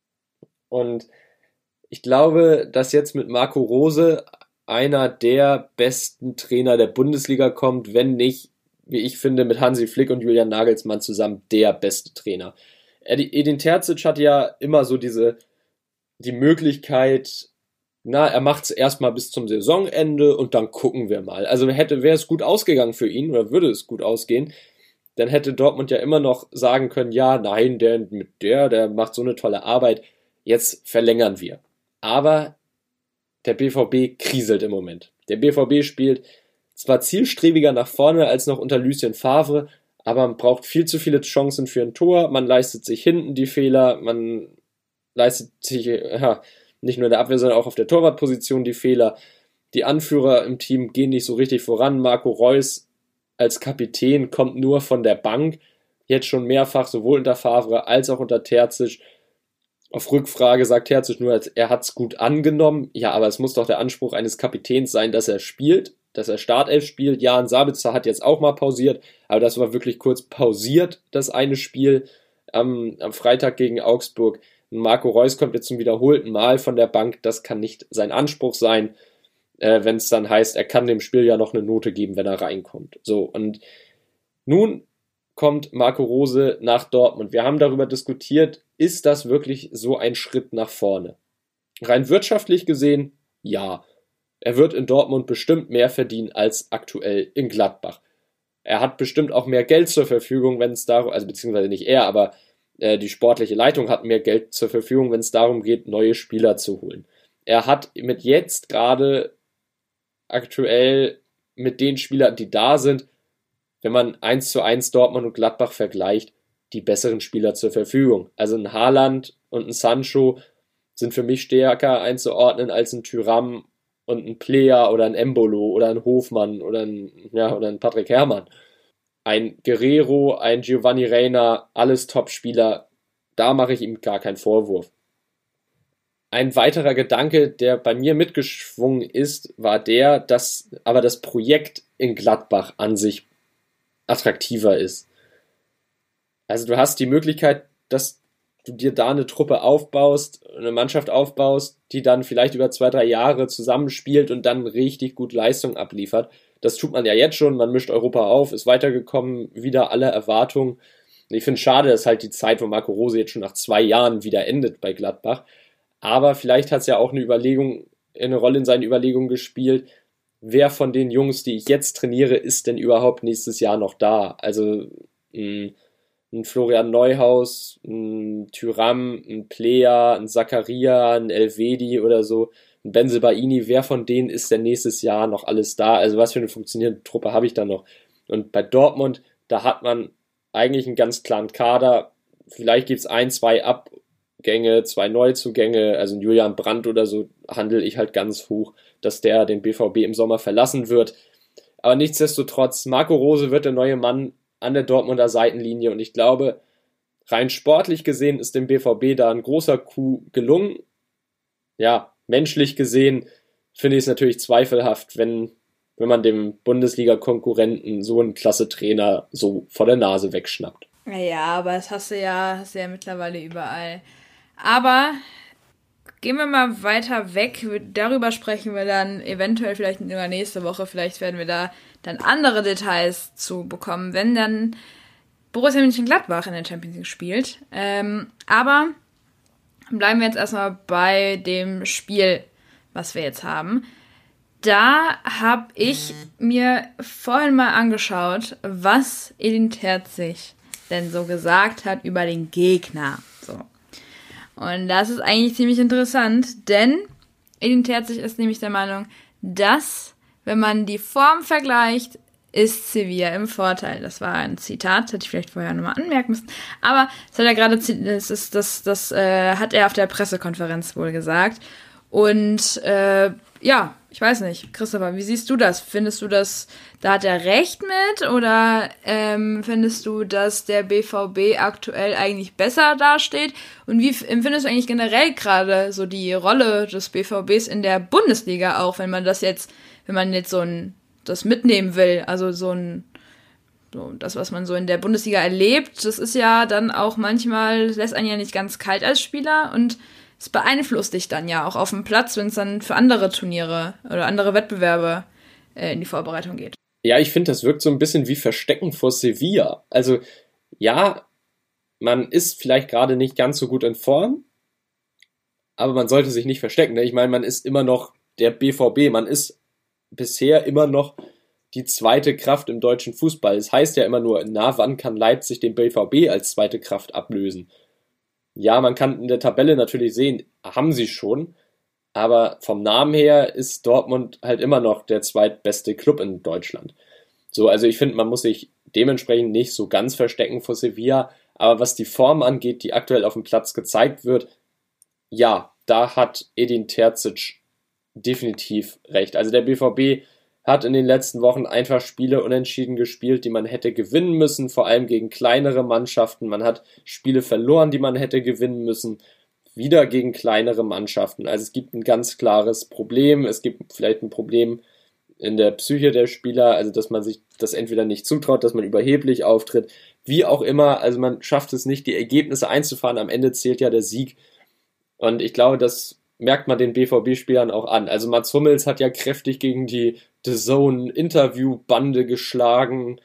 Und ich glaube, dass jetzt mit Marco Rose einer der besten Trainer der Bundesliga kommt, wenn nicht, wie ich finde, mit Hansi Flick und Julian Nagelsmann zusammen der beste Trainer. Edin Terzic hat ja immer so die Möglichkeit, er macht's erstmal bis zum Saisonende und dann gucken wir mal. Also wäre es gut ausgegangen für ihn oder würde es gut ausgehen, dann hätte Dortmund ja immer noch sagen können, ja, nein, der macht so eine tolle Arbeit, jetzt verlängern wir. Aber der BVB kriselt im Moment. Der BVB spielt zwar zielstrebiger nach vorne als noch unter Lucien Favre, aber man braucht viel zu viele Chancen für ein Tor, man leistet sich hinten die Fehler, man leistet sich nicht nur in der Abwehr, sondern auch auf der Torwartposition die Fehler. Die Anführer im Team gehen nicht so richtig voran. Marco Reus als Kapitän kommt nur von der Bank, jetzt schon mehrfach, sowohl unter Favre als auch unter Terzic. Auf Rückfrage sagt Terzic nur, er hat es gut angenommen. Ja, aber es muss doch der Anspruch eines Kapitäns sein, dass er spielt, dass er Startelf spielt. Jan Sabitzer hat jetzt auch mal pausiert, aber das war wirklich kurz pausiert, das eine Spiel am Freitag gegen Augsburg. Marco Reus kommt jetzt zum wiederholten Mal von der Bank, das kann nicht sein Anspruch sein, wenn es dann heißt, er kann dem Spiel ja noch eine Note geben, wenn er reinkommt. So, und nun kommt Marco Rose nach Dortmund. Wir haben darüber diskutiert, ist das wirklich so ein Schritt nach vorne? Rein wirtschaftlich gesehen, ja. Er wird in Dortmund bestimmt mehr verdienen als aktuell in Gladbach. Er hat bestimmt auch mehr Geld zur Verfügung, wenn es darum, also beziehungsweise nicht er, aber die sportliche Leitung hat mehr Geld zur Verfügung, wenn es darum geht, neue Spieler zu holen. Er hat mit jetzt gerade aktuell mit den Spielern, die da sind, wenn man 1:1 Dortmund und Gladbach vergleicht, die besseren Spieler zur Verfügung. Also ein Haaland und ein Sancho sind für mich stärker einzuordnen als ein Thuram und ein Player oder ein Embolo oder ein Hofmann oder ein Patrick Herrmann. Ein Guerrero, ein Giovanni Reina, alles Top-Spieler, da mache ich ihm gar keinen Vorwurf. ein weiterer Gedanke, der bei mir mitgeschwungen ist, war der, dass aber das Projekt in Gladbach an sich attraktiver ist. Also du hast die Möglichkeit, dass du dir da eine Truppe aufbaust, eine Mannschaft aufbaust, die dann vielleicht über 2-3 Jahre zusammenspielt und dann richtig gut Leistung abliefert. Das tut man ja jetzt schon, man mischt Europa auf, ist weitergekommen, wieder alle Erwartungen. Ich finde es schade, dass halt die Zeit von Marco Rose jetzt schon nach 2 Jahren wieder endet bei Gladbach. Aber vielleicht hat es ja auch eine Rolle in seinen Überlegungen gespielt, wer von den Jungs, die ich jetzt trainiere, ist denn überhaupt nächstes Jahr noch da? Also ein Florian Neuhaus, ein Thuram, ein Plea, ein Zakaria, ein Elvedi oder so, ein Bensebaini, wer von denen ist denn nächstes Jahr noch alles da? Also was für eine funktionierende Truppe habe ich da noch? Und bei Dortmund, da hat man eigentlich einen ganz klaren Kader. Vielleicht gibt es 1-2 Abgänge, 2 Neuzugänge, also ein Julian Brandt oder so handle ich halt ganz hoch, dass der den BVB im Sommer verlassen wird. Aber nichtsdestotrotz, Marco Rose wird der neue Mann an der Dortmunder Seitenlinie und ich glaube, rein sportlich gesehen ist dem BVB da ein großer Coup gelungen. Ja, menschlich gesehen finde ich es natürlich zweifelhaft, wenn man dem Bundesliga-Konkurrenten so einen Klasse-Trainer so vor der Nase wegschnappt. Ja, aber das hast du ja mittlerweile überall. Aber gehen wir mal weiter weg. Darüber sprechen wir dann eventuell vielleicht in der nächste Woche. Vielleicht werden wir da dann andere Details zu bekommen, wenn dann Borussia Mönchengladbach in der Champions League spielt. Aber bleiben wir jetzt erstmal bei dem Spiel, was wir jetzt haben. Da habe ich mir vorhin mal angeschaut, was Edin Terzic denn so gesagt hat über den Gegner. So. Und das ist eigentlich ziemlich interessant, denn Edin Terzic ist nämlich der Meinung, dass, wenn man die Form vergleicht, ist Sevilla im Vorteil. Das war ein Zitat, das hätte ich vielleicht vorher nochmal anmerken müssen. Aber das hat er gerade, das hat er auf der Pressekonferenz wohl gesagt. Und ja, ich weiß nicht, Christopher, wie siehst du das? Findest du, dass da hat er recht mit? Oder findest du, dass der BVB aktuell eigentlich besser dasteht? Und wie empfindest du eigentlich generell gerade so die Rolle des BVBs in der Bundesliga auch, wenn man jetzt das mitnehmen will? Also das, was man so in der Bundesliga erlebt, das ist ja dann auch manchmal, lässt einen ja nicht ganz kalt als Spieler und es beeinflusst dich dann ja auch auf dem Platz, wenn es dann für andere Turniere oder andere Wettbewerbe in die Vorbereitung geht. Ja, ich finde, das wirkt so ein bisschen wie Verstecken vor Sevilla. Also ja, man ist vielleicht gerade nicht ganz so gut in Form, aber man sollte sich nicht verstecken. Ne? Ich meine, man ist immer noch der BVB, man ist bisher immer noch die zweite Kraft im deutschen Fußball. Es heißt ja immer nur, wann kann Leipzig den BVB als zweite Kraft ablösen? Ja, man kann in der Tabelle natürlich sehen, haben sie schon, aber vom Namen her ist Dortmund halt immer noch der zweitbeste Club in Deutschland. So, also ich finde, man muss sich dementsprechend nicht so ganz verstecken vor Sevilla, aber was die Form angeht, die aktuell auf dem Platz gezeigt wird, ja, da hat Edin Terzic definitiv recht. Also der BVB hat in den letzten Wochen einfach Spiele unentschieden gespielt, die man hätte gewinnen müssen, vor allem gegen kleinere Mannschaften. Man hat Spiele verloren, die man hätte gewinnen müssen, wieder gegen kleinere Mannschaften. Also es gibt ein ganz klares Problem. Es gibt vielleicht ein Problem in der Psyche der Spieler, also dass man sich das entweder nicht zutraut, dass man überheblich auftritt, wie auch immer. Also man schafft es nicht, die Ergebnisse einzufahren. Am Ende zählt ja der Sieg. Und ich glaube, das merkt man den BVB-Spielern auch an. Also Mats Hummels hat ja kräftig gegen die The Zone-Interview-Bande geschlagen,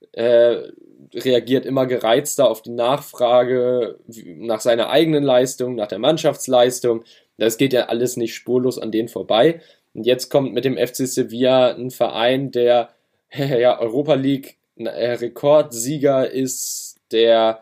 reagiert immer gereizter auf die Nachfrage nach seiner eigenen Leistung, nach der Mannschaftsleistung. Das geht ja alles nicht spurlos an denen vorbei. Und jetzt kommt mit dem FC Sevilla ein Verein, der ja Europa League Rekordsieger ist, der,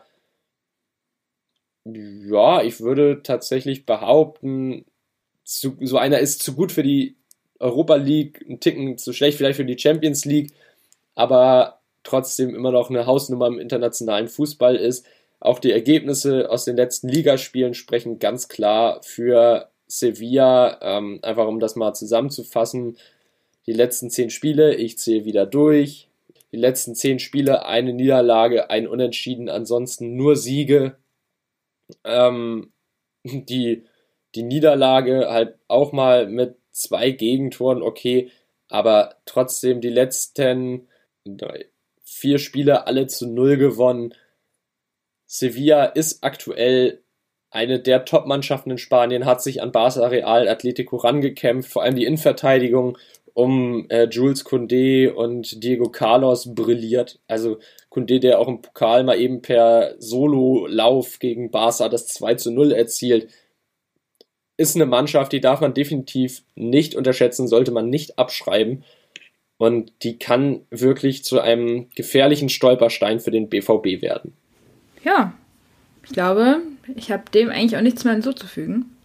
ja, ich würde tatsächlich behaupten, so einer ist zu gut für die Europa League, ein Ticken zu schlecht vielleicht für die Champions League, aber trotzdem immer noch eine Hausnummer im internationalen Fußball ist. Auch die Ergebnisse aus den letzten Ligaspielen sprechen ganz klar für Sevilla. Einfach um das mal zusammenzufassen, die letzten 10 Spiele, ich zähle wieder durch, die letzten 10 Spiele, eine Niederlage, ein Unentschieden, ansonsten nur Siege. Die die Niederlage halt auch mal mit 2 Gegentoren, okay, aber trotzdem die letzten 4 Spiele alle zu 0 gewonnen. Sevilla ist aktuell eine der Top-Mannschaften in Spanien, hat sich an Barça, Real, Atletico rangekämpft, vor allem die Innenverteidigung um Jules Koundé und Diego Carlos brilliert. Also Koundé, der auch im Pokal mal eben per Solo-Lauf gegen Barça das 2:0 erzielt, ist eine Mannschaft, die darf man definitiv nicht unterschätzen, sollte man nicht abschreiben. Und die kann wirklich zu einem gefährlichen Stolperstein für den BVB werden. Ja, ich glaube, ich habe dem eigentlich auch nichts mehr hinzuzufügen.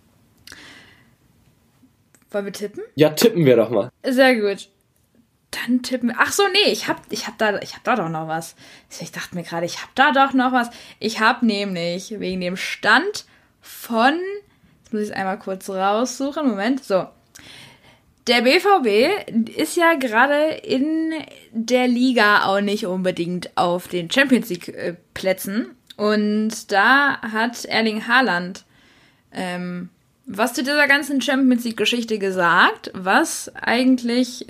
Wollen wir tippen? Ja, tippen wir doch mal. Sehr gut. Dann tippen wir. Ach so, nee, ich hab da doch noch was. Ich dachte mir gerade, ich hab da doch noch was. Ich hab nämlich wegen dem Stand von, jetzt muss ich es einmal kurz raussuchen, Moment, so. Der BVB ist ja gerade in der Liga auch nicht unbedingt auf den Champions League Plätzen. Und da hat Erling Haaland was zu dieser ganzen Champions League Geschichte gesagt, was eigentlich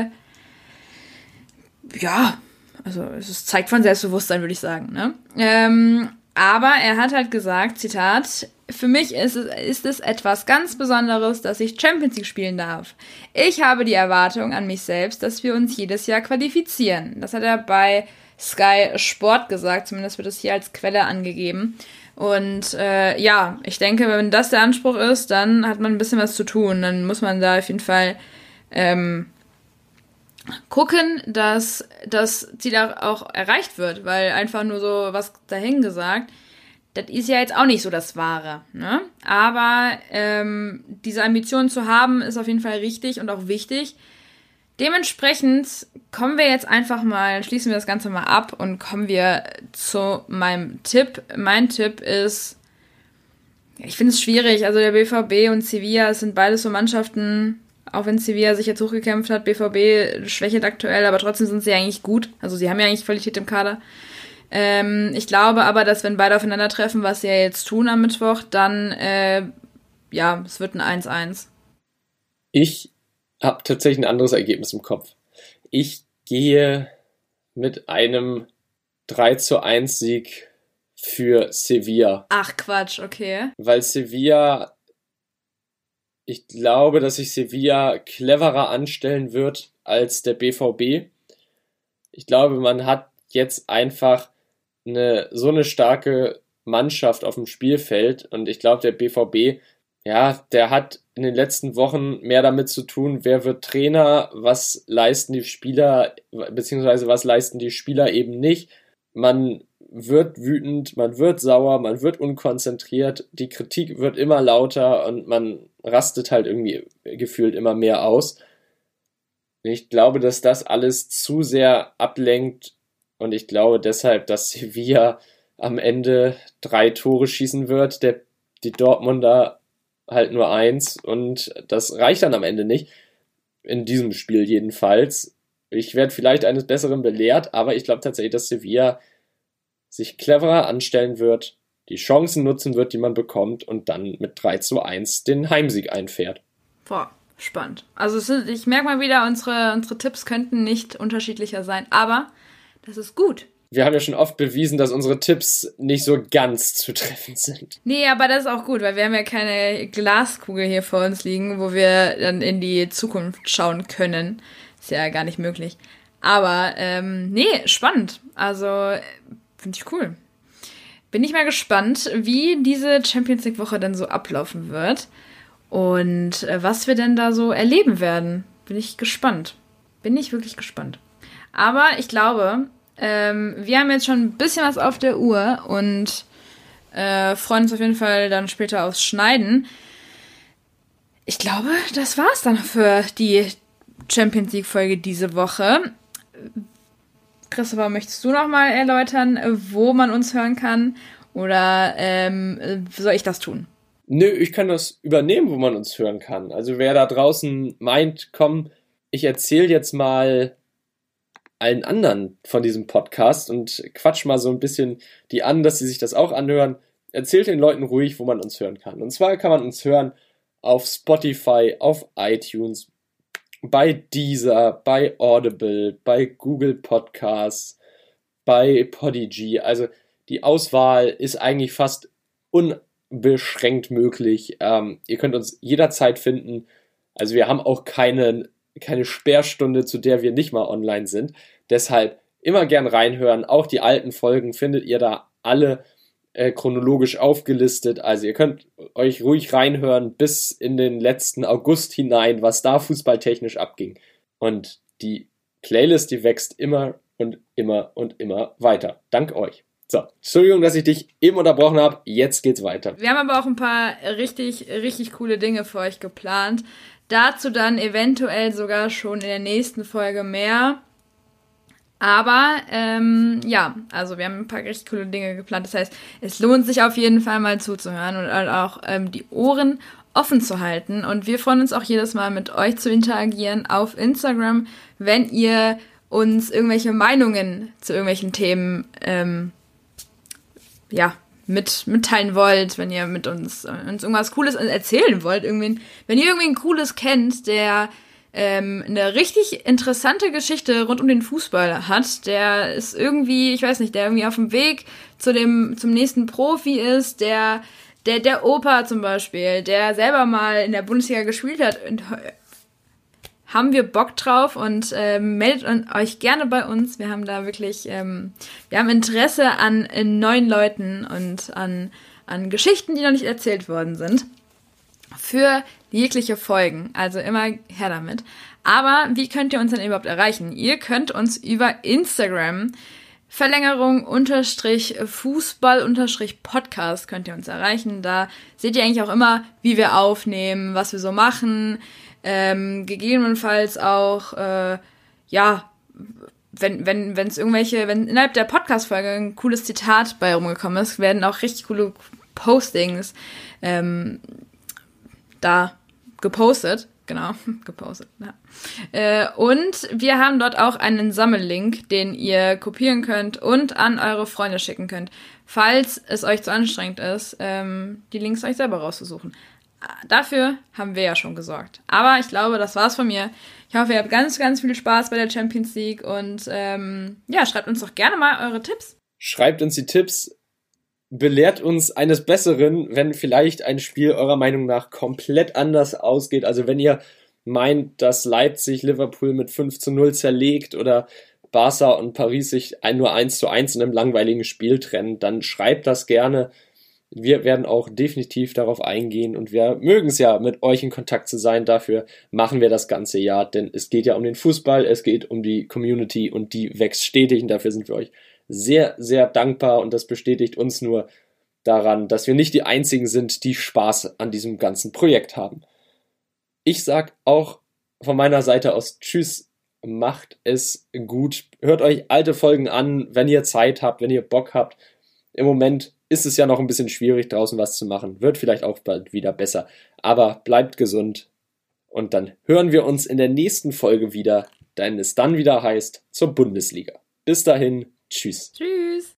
also es zeigt von Selbstbewusstsein, würde ich sagen, ne? Aber er hat halt gesagt, Zitat, für mich ist es etwas ganz Besonderes, dass ich Champions League spielen darf. Ich habe die Erwartung an mich selbst, dass wir uns jedes Jahr qualifizieren. Das hat er bei Sky Sport gesagt, zumindest wird es hier als Quelle angegeben. Und ich denke, wenn das der Anspruch ist, dann hat man ein bisschen was zu tun. Dann muss man da auf jeden Fall gucken, dass das Ziel auch erreicht wird, weil einfach nur so was dahin gesagt, das ist ja jetzt auch nicht so das Wahre, ne? Aber diese Ambition zu haben, ist auf jeden Fall richtig und auch wichtig. Dementsprechend kommen wir jetzt einfach mal, schließen wir das Ganze mal ab und kommen wir zu meinem Tipp. Mein Tipp ist, ich finde es schwierig, also der BVB und Sevilla, es sind beides so Mannschaften, auch wenn Sevilla sich jetzt hochgekämpft hat, BVB schwächelt aktuell, aber trotzdem sind sie eigentlich gut. Also sie haben ja eigentlich Qualität im Kader. Ich glaube aber, dass wenn beide aufeinandertreffen, was sie ja jetzt tun am Mittwoch, dann, es wird ein 1:1. Ich habe tatsächlich ein anderes Ergebnis im Kopf. Ich gehe mit einem 3:1 Sieg für Sevilla. Ach Quatsch, okay. Weil Sevilla, ich glaube, dass sich Sevilla cleverer anstellen wird als der BVB. Ich glaube, man hat jetzt einfach so eine starke Mannschaft auf dem Spielfeld und ich glaube, der BVB, ja, der hat in den letzten Wochen mehr damit zu tun, wer wird Trainer, was leisten die Spieler, beziehungsweise was leisten die Spieler eben nicht. Man wird wütend, man wird sauer, man wird unkonzentriert, die Kritik wird immer lauter und man rastet halt irgendwie gefühlt immer mehr aus. Ich glaube, dass das alles zu sehr ablenkt und ich glaube deshalb, dass Sevilla am Ende 3 Tore schießen wird, die Dortmunder halt nur 1 und das reicht dann am Ende nicht, in diesem Spiel jedenfalls. Ich werde vielleicht eines Besseren belehrt, aber ich glaube tatsächlich, dass Sevilla sich cleverer anstellen wird, die Chancen nutzen wird, die man bekommt und dann mit 3:1 den Heimsieg einfährt. Boah, spannend. Also ich merke mal wieder, unsere Tipps könnten nicht unterschiedlicher sein, aber das ist gut. Wir haben ja schon oft bewiesen, dass unsere Tipps nicht so ganz zutreffend sind. Nee, aber das ist auch gut, weil wir haben ja keine Glaskugel hier vor uns liegen, wo wir dann in die Zukunft schauen können. Ist ja gar nicht möglich. Aber, spannend. Also, finde ich cool. Bin ich mal gespannt, wie diese Champions League-Woche dann so ablaufen wird und was wir denn da so erleben werden. Bin ich gespannt. Bin ich wirklich gespannt. Aber ich glaube, wir haben jetzt schon ein bisschen was auf der Uhr und freuen uns auf jeden Fall dann später aufs Schneiden. Ich glaube, das war's dann für die Champions League-Folge diese Woche. Christopher, möchtest du noch mal erläutern, wo man uns hören kann? Oder soll ich das tun? Nö, ich kann das übernehmen, wo man uns hören kann. Also wer da draußen meint, komm, ich erzähle jetzt mal allen anderen von diesem Podcast und quatsch mal so ein bisschen die an, dass sie sich das auch anhören. erzählt den Leuten ruhig, wo man uns hören kann. Und zwar kann man uns hören auf Spotify, auf iTunes, bei Deezer, bei Audible, bei Google Podcasts, bei Podigy. Also die Auswahl ist eigentlich fast unbeschränkt möglich. Ihr könnt uns jederzeit finden. Also wir haben auch keine Sperrstunde, zu der wir nicht mal online sind. Deshalb immer gern reinhören. Auch die alten Folgen findet ihr da alle chronologisch aufgelistet. Also ihr könnt euch ruhig reinhören bis in den letzten August hinein, was da fußballtechnisch abging. Und die Playlist, die wächst immer und immer und immer weiter. Dank euch. So, Entschuldigung, dass ich dich eben unterbrochen habe. Jetzt geht's weiter. Wir haben aber auch ein paar richtig, richtig coole Dinge für euch geplant. Dazu dann eventuell sogar schon in der nächsten Folge mehr. Aber, also wir haben ein paar richtig coole Dinge geplant. Das heißt, es lohnt sich auf jeden Fall mal zuzuhören und auch die Ohren offen zu halten. Und wir freuen uns auch jedes Mal mit euch zu interagieren auf Instagram, wenn ihr uns irgendwelche Meinungen zu irgendwelchen Themen, mitteilen wollt, wenn ihr mit uns irgendwas Cooles erzählen wollt. Wenn ihr irgendwen Cooles kennt, der eine richtig interessante Geschichte rund um den Fußball hat, der ist irgendwie, ich weiß nicht, der irgendwie auf dem Weg zum nächsten Profi ist, der Opa zum Beispiel, der selber mal in der Bundesliga gespielt hat, und haben wir Bock drauf und meldet euch gerne bei uns. Wir haben da wirklich, wir haben Interesse an neuen Leuten und an Geschichten, die noch nicht erzählt worden sind. Für jegliche Folgen. Also immer her damit. Aber wie könnt ihr uns denn überhaupt erreichen? Ihr könnt uns über Instagram Verlängerung_Fußball_Podcast könnt ihr uns erreichen. Da seht ihr eigentlich auch immer, wie wir aufnehmen, was wir so machen. Gegebenenfalls auch, wenn innerhalb der Podcast-Folge ein cooles Zitat bei rumgekommen ist, werden auch richtig coole Postings da gepostet. Genau, gepostet. Ja. Und wir haben dort auch einen Sammellink, den ihr kopieren könnt und an eure Freunde schicken könnt, falls es euch zu anstrengend ist, die Links euch selber rauszusuchen. Dafür haben wir ja schon gesorgt. Aber ich glaube, das war's von mir. Ich hoffe, ihr habt ganz, ganz viel Spaß bei der Champions League und schreibt uns doch gerne mal eure Tipps. Schreibt uns die Tipps. Belehrt uns eines Besseren, wenn vielleicht ein Spiel eurer Meinung nach komplett anders ausgeht. Also wenn ihr meint, dass Leipzig Liverpool mit 5:0 zerlegt oder Barca und Paris sich nur 1:1 in einem langweiligen Spiel trennen, dann schreibt das gerne. Wir werden auch definitiv darauf eingehen und wir mögen es ja, mit euch in Kontakt zu sein. Dafür machen wir das ganze Jahr, denn es geht ja um den Fußball, es geht um die Community und die wächst stetig und dafür sind wir euch sehr, sehr dankbar und das bestätigt uns nur daran, dass wir nicht die Einzigen sind, die Spaß an diesem ganzen Projekt haben. Ich sag auch von meiner Seite aus Tschüss, macht es gut, hört euch alte Folgen an, wenn ihr Zeit habt, wenn ihr Bock habt. Im Moment ist es ja noch ein bisschen schwierig, draußen was zu machen, wird vielleicht auch bald wieder besser, aber bleibt gesund und dann hören wir uns in der nächsten Folge wieder, wenn es dann wieder heißt zur Bundesliga. Bis dahin, tschüss. Tschüss.